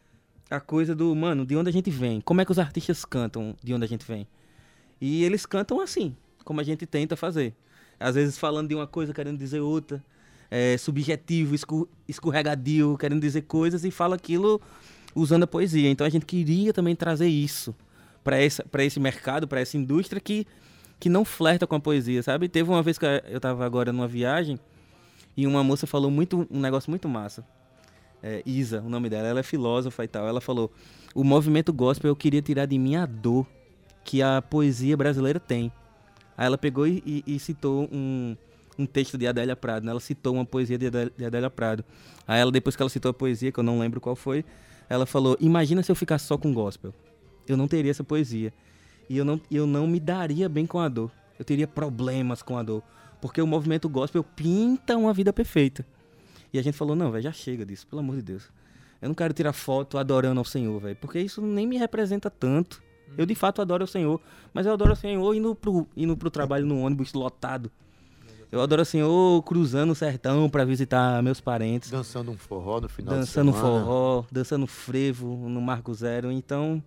a coisa do, mano, de onde a gente vem. Como é que os artistas cantam de onde a gente vem? E eles cantam assim, como a gente tenta fazer. Às vezes falando de uma coisa, querendo dizer outra. É, subjetivo, escu- escorregadio, querendo dizer coisas e fala aquilo usando a poesia. Então a gente queria também trazer isso para esse mercado, para essa indústria que, que não flerta com a poesia, sabe? Teve uma vez que eu estava agora numa viagem e uma moça falou muito, um negócio muito massa. É, Isa, o nome dela, ela é filósofa e tal. Ela falou: o movimento gospel eu queria tirar de mim a dor que a poesia brasileira tem. Aí ela pegou e, e, e citou um, um texto de Adélia Prado, né? Ela citou uma poesia de Adélia, de Adélia Prado. Aí ela, depois que ela citou a poesia, que eu não lembro qual foi, ela falou: imagina se eu ficasse só com gospel. Eu não teria essa poesia. E eu não, eu não me daria bem com a dor. Eu teria problemas com a dor. Porque o movimento gospel pinta uma vida perfeita. E a gente falou: não, velho, já chega disso, pelo amor de Deus. Eu não quero tirar foto adorando ao Senhor, velho, porque isso nem me representa tanto. Eu, de fato, adoro o Senhor, mas eu adoro o Senhor indo pro, indo pro trabalho no ônibus lotado. Eu adoro o Senhor cruzando o sertão pra visitar meus parentes. Dançando um forró no final Dançando de semana. forró, dançando frevo no Marco Zero. Então,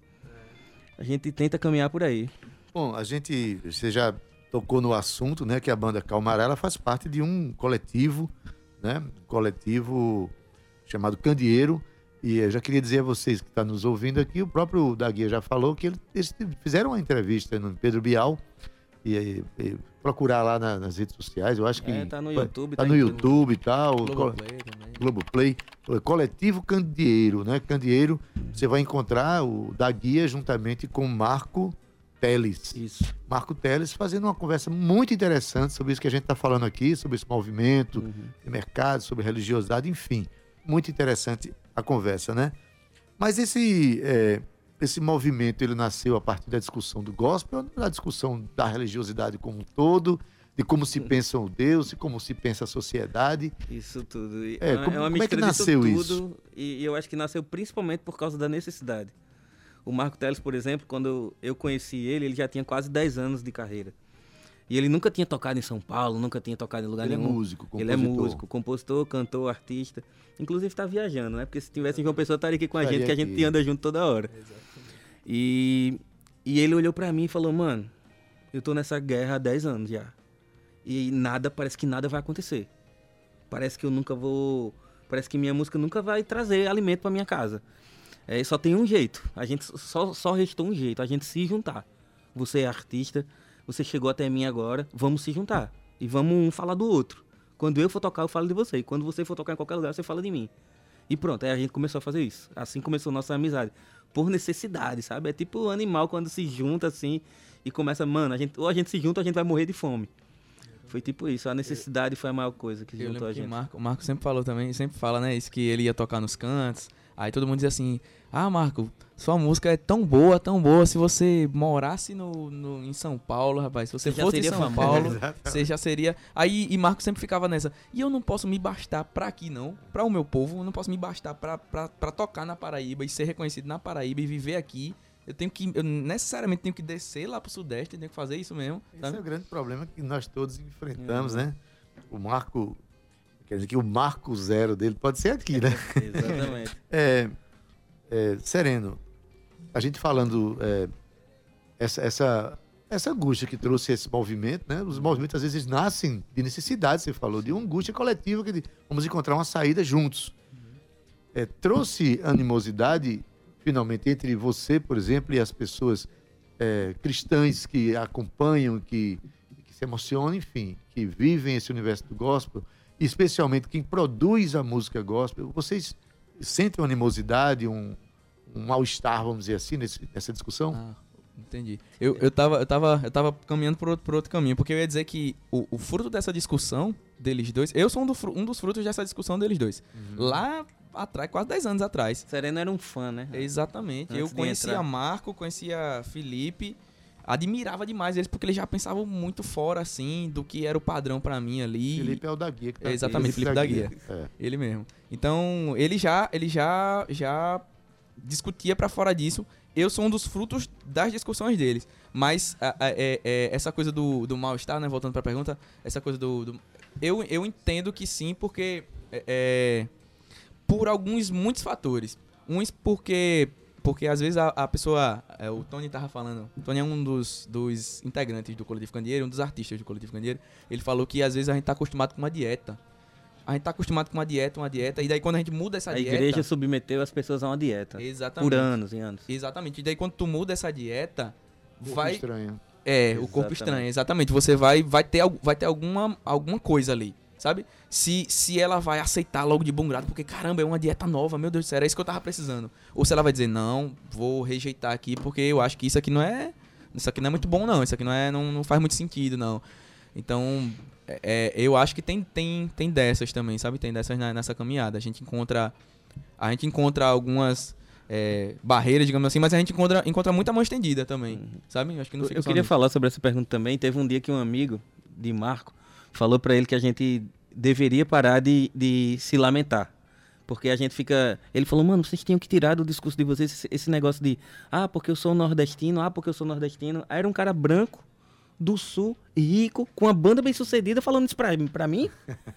a gente tenta caminhar por aí. Bom, a gente, você já tocou no assunto, né, que a banda Calmará, ela faz parte de um coletivo, né, um coletivo chamado Candeeiro. E eu já queria dizer a vocês que estão nos ouvindo aqui, o próprio da Guia já falou que eles fizeram uma entrevista no Pedro Bial, e, e, e procurar lá na, nas redes sociais, eu acho que... É, tá no YouTube. Tá tá no em- YouTube e tal. Globoplay também. Globoplay, Coletivo Candeeiro, né? Candeeiro, você vai encontrar o da Guia juntamente com Marco Teles. Isso. Marco Teles fazendo uma conversa muito interessante sobre isso que a gente está falando aqui, sobre esse movimento Uhum. de mercado, sobre religiosidade, enfim. Muito interessante a conversa, né? Mas esse, é, esse movimento, ele nasceu a partir da discussão do gospel, da discussão da religiosidade como um todo, de como se pensa o Deus, de como se pensa a sociedade. Isso tudo. E É, uma- como- uma como é que mistura disso nasceu tudo, isso? E, e eu acho que nasceu principalmente por causa da necessidade. O Marco Teles, por exemplo, quando eu conheci ele, ele já tinha quase dez anos de carreira. E ele nunca tinha tocado em São Paulo, nunca tinha tocado em lugar Ele é nenhum. músico, Ele é compositor. músico, compositor, cantor, artista. Inclusive está viajando, né? Porque se tivesse em João Pessoa, estaria aqui com a Estaria gente, que a gente aqui. anda junto toda hora. E, e ele olhou pra mim e falou: mano, eu tô nessa guerra há dez anos já. E nada, parece que nada vai acontecer. Parece que eu nunca vou... Parece que minha música nunca vai trazer alimento pra minha casa. É, só tem um jeito. A gente só, só restou um jeito, a gente se juntar. Você é artista, você chegou até mim agora, vamos se juntar. E vamos um falar do outro. Quando eu for tocar, eu falo de você. E quando você for tocar em qualquer lugar, você fala de mim. E pronto, aí a gente começou a fazer isso. Assim começou a nossa amizade. Por necessidade, sabe? É tipo o animal quando se junta assim e começa, mano, a gente, ou a gente se junta ou a gente vai morrer de fome. Foi tipo isso, a necessidade foi a maior coisa que Eu juntou lembro a que gente. o Marco, o Marco sempre falou também, sempre fala, né, isso que ele ia tocar nos cantos. Aí todo mundo dizia assim: ah, Marco, sua música é tão boa, tão boa, se você morasse no, no, em São Paulo, rapaz, se você Você já fosse em seria São famoso. Paulo, Exatamente. você já seria... Aí, e Marco sempre ficava nessa, e eu não posso me bastar pra aqui não, pra o meu povo, eu não posso me bastar pra, pra, pra tocar na Paraíba e ser reconhecido na Paraíba e viver aqui. Eu tenho que, eu necessariamente tenho que descer lá pro Sudeste, tenho que fazer isso mesmo, Esse sabe? é o grande problema que nós todos enfrentamos, né? O Marco, quer dizer que o Marco Zero dele pode ser aqui, né? Exatamente. É, é, Sereno, a gente falando é, essa, essa, essa angústia que trouxe esse movimento, né? Os movimentos às vezes nascem de necessidade, você falou, de uma angústia coletiva, que de, vamos encontrar uma saída juntos. É, trouxe animosidade, finalmente, entre você, por exemplo, e as pessoas é, cristãs que acompanham, que, que se emocionam, enfim, que vivem esse universo do gospel, e especialmente quem produz a música gospel. Vocês sentem uma animosidade, um, um mal-estar, vamos dizer assim, nesse, nessa discussão? Ah, entendi. Eu, eu, tava, eu, tava, eu tava caminhando por outro, por outro caminho, porque eu ia dizer que o, o fruto dessa discussão deles dois... Eu sou um, do, um dos frutos dessa discussão deles dois. Uhum. Lá atrás, quase dez anos atrás. Sereno era um fã, né? Exatamente. Antes eu de conhecia entrar. Marco, conhecia Felipe, admirava demais eles, porque eles já pensavam muito fora, assim, do que era o padrão pra mim ali. Felipe é o da Guia. Que tá É, aqui. exatamente, Felipe da Guia. É. Ele mesmo. Então, ele já, ele já, já discutia pra fora disso. Eu sou um dos frutos das discussões deles. Mas a- a- é- é, essa coisa do, do mal-estar, né? Voltando pra pergunta, essa coisa do... do- eu, eu entendo que sim, porque... é, é, por alguns, muitos fatores. Uns porque... Porque às vezes a, a pessoa... é, o Tony tava falando... O Tony é um dos, dos integrantes do Coletivo Candeeiro, um dos artistas do Coletivo Candeeiro. Ele falou que às vezes a gente tá acostumado com uma dieta. A gente tá acostumado com uma dieta, uma dieta. E daí quando a gente muda essa A dieta... igreja submeteu as pessoas a uma dieta. Exatamente. Por anos e anos. Exatamente. E daí quando tu muda essa dieta... Corpo vai... estranho. É, o Exatamente. corpo estranho, exatamente. Você vai, vai ter, al- vai ter alguma, alguma coisa ali, sabe? Se, se ela vai aceitar logo de bom grado, porque caramba, é uma dieta nova, meu Deus do céu, era isso que eu tava precisando. Ou se ela vai dizer, não, vou rejeitar aqui, porque eu acho que isso aqui não é. Isso aqui não é muito bom, não. Isso aqui não, é, não, não faz muito sentido, não. Então, é, é, eu acho que tem, tem, tem dessas também, sabe? Tem dessas na- nessa caminhada. A gente encontra. A gente encontra algumas. é, barreiras, digamos assim, mas a gente encontra, encontra muita mão estendida também, sabe? Acho que não Eu, fica eu só queria nisso. falar sobre essa pergunta também. Teve um dia que um amigo de Marco falou pra ele que a gente deveria parar de, de se lamentar. Porque a gente fica... Ele falou, mano, vocês tinham que tirar do discurso de vocês esse, esse negócio de ah, porque eu sou nordestino, ah, porque eu sou nordestino. Aí era um cara branco, do sul, rico, com uma banda bem sucedida, falando isso pra, pra mim.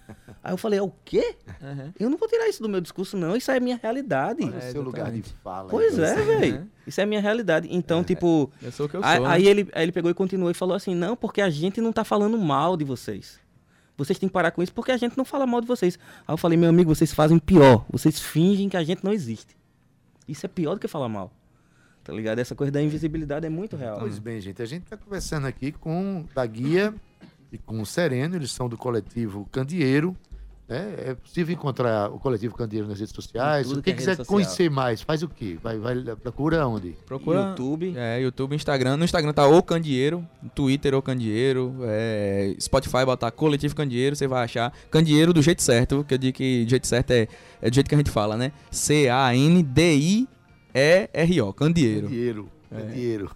Aí eu falei, é o quê? Uhum. Eu não vou tirar isso do meu discurso, não. Isso aí é minha realidade. Olha o seu lugar de exatamente. fala. Pois aí, é, você. velho. né? Isso é a minha realidade. Então, tipo... Eu sou o que eu Aí, sou. aí né? ele, aí ele pegou e continuou e falou assim, não, porque a gente não tá falando mal de vocês. Vocês têm que parar com isso porque a gente não fala mal de vocês. Aí eu falei, meu amigo, vocês fazem pior. Vocês fingem que a gente não existe. Isso é pior do que falar mal. Tá ligado? Essa coisa da invisibilidade é muito real. Pois bem, gente, a gente está conversando aqui com da Guia e com o Sereno, eles são do coletivo Candeeiro. Né? É possível encontrar o coletivo Candeeiro nas redes sociais. Em tudo Quem que é quiser rede social. conhecer mais, faz o quê? Vai, vai, procura onde? Procura YouTube. É, YouTube, Instagram. No Instagram tá o Candeeiro, no Twitter o Candeeiro, é, Spotify botar Coletivo Candeeiro, você vai achar. Candeeiro do jeito certo, que eu digo que do jeito certo é, é do jeito que a gente fala, né? C A N D I E R O, Candeeiro. Candeeiro. É. Candeeiro.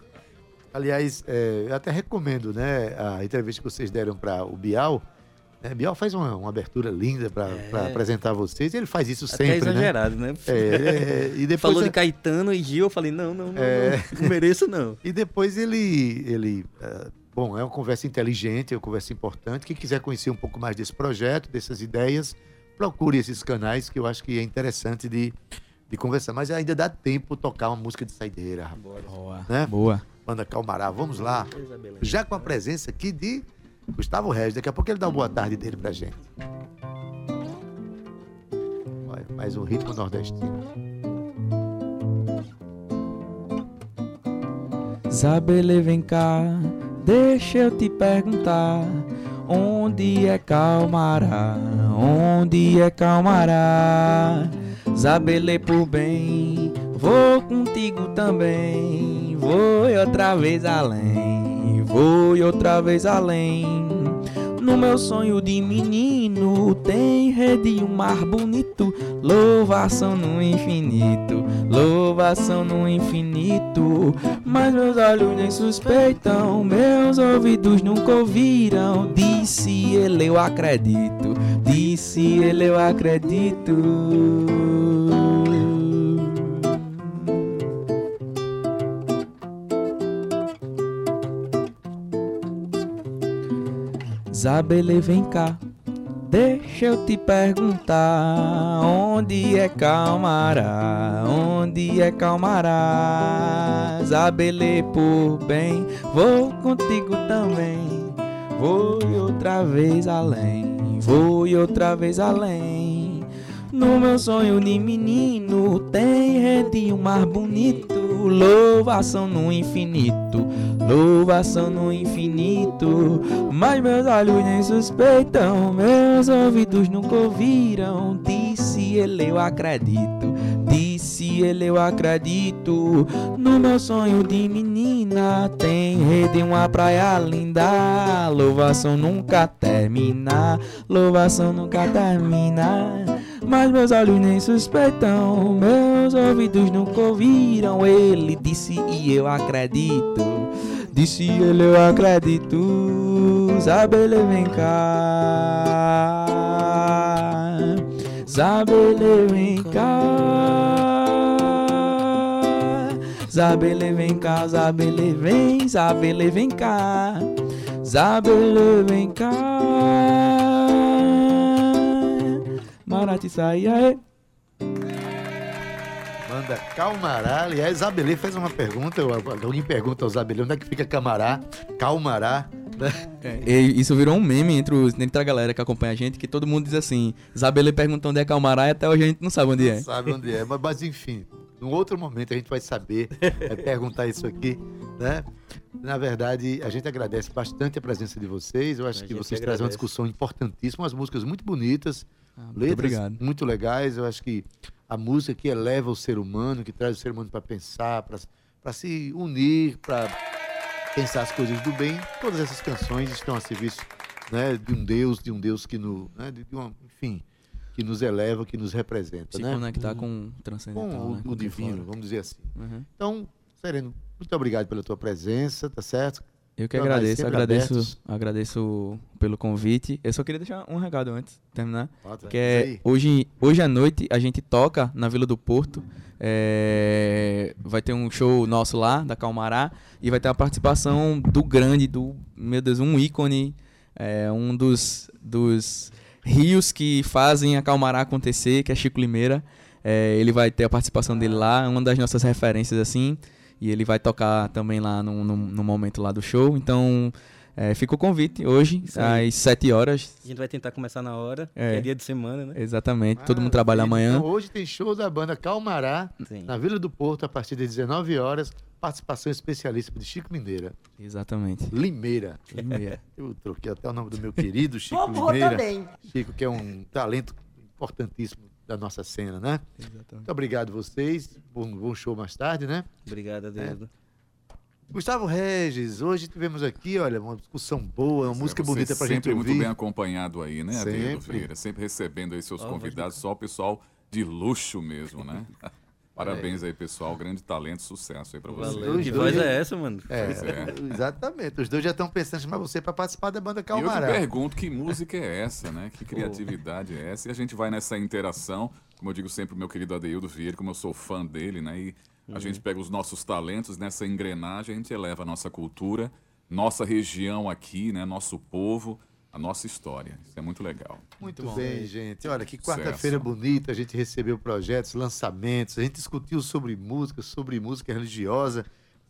Aliás, é, eu até recomendo, né, a entrevista que vocês deram para o Bial. Né? Bial faz uma, uma abertura linda para É. apresentar vocês. Ele faz isso Até sempre, né? exagerado, né? É, é, e depois Falou é- de Caetano e Gil, eu falei, não, não, não, É. não, não mereço não. E depois ele, ele eh, bom, é uma conversa inteligente, é uma conversa importante. Quem quiser conhecer um pouco mais desse projeto, dessas ideias, procure esses canais que eu acho que é interessante de, de conversar. Mas ainda dá tempo tocar uma música de saideira, rapaz. Boa. Né? Boa. Banda Calmará, vamos lá. Já com a presença aqui de Gustavo Regis. Daqui a pouco ele dá uma boa tarde dele pra gente. Olha, mais um ritmo nordestino. Zabele, vem cá, deixa eu te perguntar. Onde é Calmará? Onde é Calmará? Zabelê por bem, vou contigo também. Vou outra vez além, vou outra vez além. No meu sonho de menino tem rede e um mar bonito. Louvação no infinito, louvação no infinito. Mas meus olhos nem suspeitam, meus ouvidos nunca ouviram. Disse ele, eu acredito, disse ele, eu acredito. Zabelê, vem cá, deixa eu te perguntar. Onde é Calmará? Onde é Calmará? Zabelê, por bem, vou contigo também. Vou outra vez além, vou outra vez além. No meu sonho de menino tem rede e um mar bonito. Louvação no infinito, louvação no infinito. Mas meus olhos nem suspeitam, meus ouvidos nunca ouviram. Disse ele, eu acredito, disse ele, eu acredito. No meu sonho de menina tem rede e uma praia linda. Louvação nunca termina, louvação nunca termina. Mas meus olhos nem suspeitam, meus ouvidos nunca ouviram. Ele disse e eu acredito, disse ele, eu acredito. Zabelê, vem cá, Zabelê, vem cá. Zabelê, vem cá, Zabelê, vem, Zabelê, vem cá. Zabelê, vem cá. Marati saia, é. Banda Calmará. Aliás, Zabelê fez uma pergunta. Alguém pergunta ao Zabelê onde é que fica Camará, Calmará. É, e isso virou um meme entre, os, entre a galera que acompanha a gente, que todo mundo diz assim: Zabelê pergunta onde é Calmará e até hoje a gente não sabe onde não é. Não sabe onde é, mas, mas enfim, num outro momento a gente vai saber, vai perguntar isso aqui, né? Na verdade, a gente agradece bastante a presença de vocês. Eu acho A que gente vocês agradece. trazem uma discussão importantíssima, umas músicas muito bonitas, Ah, muito letras obrigado. muito legais. Eu acho que a música que eleva o ser humano, que traz o ser humano para pensar, para se unir, para pensar as coisas do bem. Todas essas canções estão a serviço, né, de um Deus, de um Deus que nos, né, de uma, enfim, que nos eleva, que nos representa, Se né? conectar com o transcendental, Com o, né? o Com divino, fora. vamos dizer assim. Uhum. Então, Sereno, muito obrigado pela tua presença, tá certo? Eu que Canais agradeço, sempre agradeço, abertos. agradeço pelo convite. Eu só queria deixar um recado antes de terminar. Pode, Que diz é aí. hoje, hoje à noite a gente toca na Vila do Porto. É, vai ter um show nosso lá, da Calmará, e vai ter a participação do grande, do, meu Deus, um ícone, é, um dos, dos rios que fazem a Calmará acontecer, que é Chico Limeira. É, ele vai ter a participação dele lá, uma das nossas referências assim, e ele vai tocar também lá no, no, no momento lá do show. Então, é, fica o convite hoje, Isso aí. às sete horas. A gente vai tentar começar na hora, É. que é dia de semana, né? Exatamente, todo mundo Maravilha. trabalha amanhã. Então, hoje tem show da banda Calmará, Sim. na Vila do Porto, a partir das dezenove horas. Participação especialíssima de Chico Mineira. Exatamente. Limeira. Limeira. Eu troquei até o nome do meu querido Chico Vovô Limeira. também. Chico, que é um talento importantíssimo da nossa cena, né? Exatamente. Muito obrigado vocês. Bom, bom show mais tarde, né? Obrigado, Adeudo. Gustavo Regis, hoje tivemos aqui, olha, uma discussão boa, uma música Você bonita pra gente sempre muito ouvir. bem acompanhado aí, né, Adeudo Sempre. Vieira? Sempre recebendo aí seus Ó, convidados, só o pessoal de luxo mesmo, né? Parabéns aí, pessoal. Grande talento, sucesso aí pra vocês. Valeu. Os Que dois- voz é essa, mano? É, Pois é. exatamente. Os dois já estão pensando em chamar você para participar da banda E eu te Calmará. pergunto que música é essa, né? Que criatividade é essa? E a gente vai nessa interação, como eu digo sempre pro meu querido Adeildo Vieira, como eu sou fã dele, né? E a gente pega os nossos talentos, nessa engrenagem a gente eleva a nossa cultura, nossa região aqui, né? Nosso povo, a nossa história. Isso é muito legal. Muito bom. bem, gente. Olha, que Sucesso. quarta-feira bonita. A gente recebeu projetos, lançamentos, a gente discutiu sobre música, sobre música religiosa.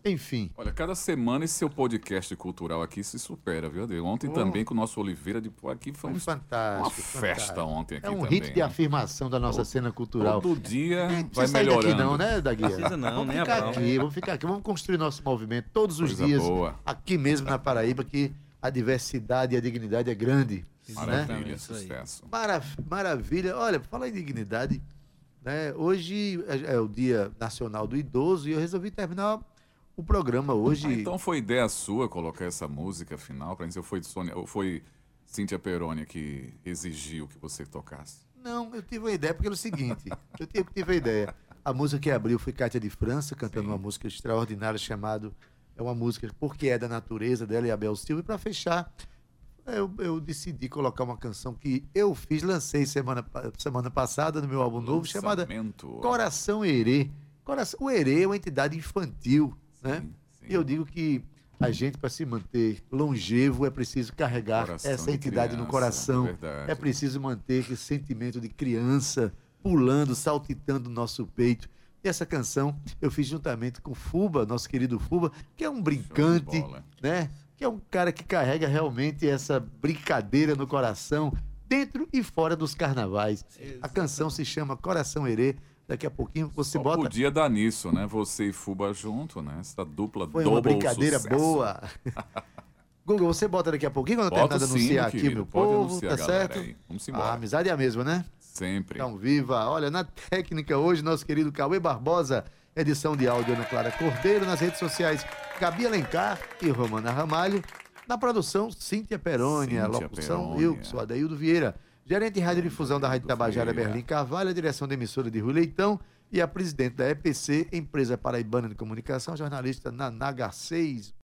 Enfim. Olha, cada semana esse seu podcast cultural aqui se supera, viu, Adeu? Ontem Oh. também com o nosso Oliveira de Pó aqui foi, Foi um- fantástico. uma fantástico. festa ontem aqui É um também. rito de né? afirmação da nossa Todo- cena cultural. Todo dia Não vai precisa sair daqui melhorando. não, né, Daguia? Precisa não, vamos nem a ficar pau. aqui, vamos ficar aqui, vamos construir nosso movimento todos os Coisa dias, boa. aqui mesmo na Paraíba, que a diversidade e a dignidade é grande. Né? Maravilha, Isso aí. sucesso. Mara- Maravilha. Olha, fala em dignidade, né? Hoje é, é o Dia Nacional do Idoso e eu resolvi terminar o programa hoje. Ah, então foi ideia sua colocar essa música final pra gente? Ou foi, Sônia, ou foi Cíntia Peroni que exigiu que você tocasse? Não, eu tive uma ideia, porque é o seguinte, eu tive, tive a ideia. A música que abriu foi Cátia de França, cantando Sim. uma música extraordinária chamada, é uma música Porque é da Natureza, dela e Abel Silva. E para fechar, eu, eu decidi colocar uma canção que eu fiz, lancei semana, pa- semana passada no meu álbum novo, chamada Lançamento. Coração Herê. Coração, o Herê é uma entidade infantil, né? Sim. E eu digo que a gente, para se manter longevo, é preciso carregar Coração essa de entidade no criança, coração. é verdade. É preciso manter esse sentimento de criança pulando, saltitando no nosso peito. E essa canção eu fiz juntamente com Fuba, nosso querido Fuba, que é um brincante, bola. né? Que é um cara que carrega realmente essa brincadeira no coração, dentro e fora dos carnavais. A canção se chama Coração Herê. Daqui a pouquinho você Só bota. podia dar nisso, né? Você e Fuba junto, né? Essa dupla Foi double uma brincadeira sucesso. boa. Google, você bota daqui a pouquinho quando eu Boto terminar de sim, anunciar meu aqui, querido. meu Pode povo, anunciar tá a galera certo? aí. Vamos A embora. amizade é a mesma, né? Sempre. Então, viva! Olha, na técnica hoje, nosso querido Cauê Barbosa, edição de áudio Ana Clara Cordeiro, nas redes sociais Gabi Alencar e Romana Ramalho, na produção Cíntia Peroni, a Cíntia locução Peroni, eu, que sou Adaildo Vieira, gerente de radiodifusão da Rádio Adaildo Tabajara Vieira. Berlim Carvalho, a direção da emissora de Rui Leitão e a presidente da E P C, Empresa Paraibana de Comunicação, jornalista Nanaga seis.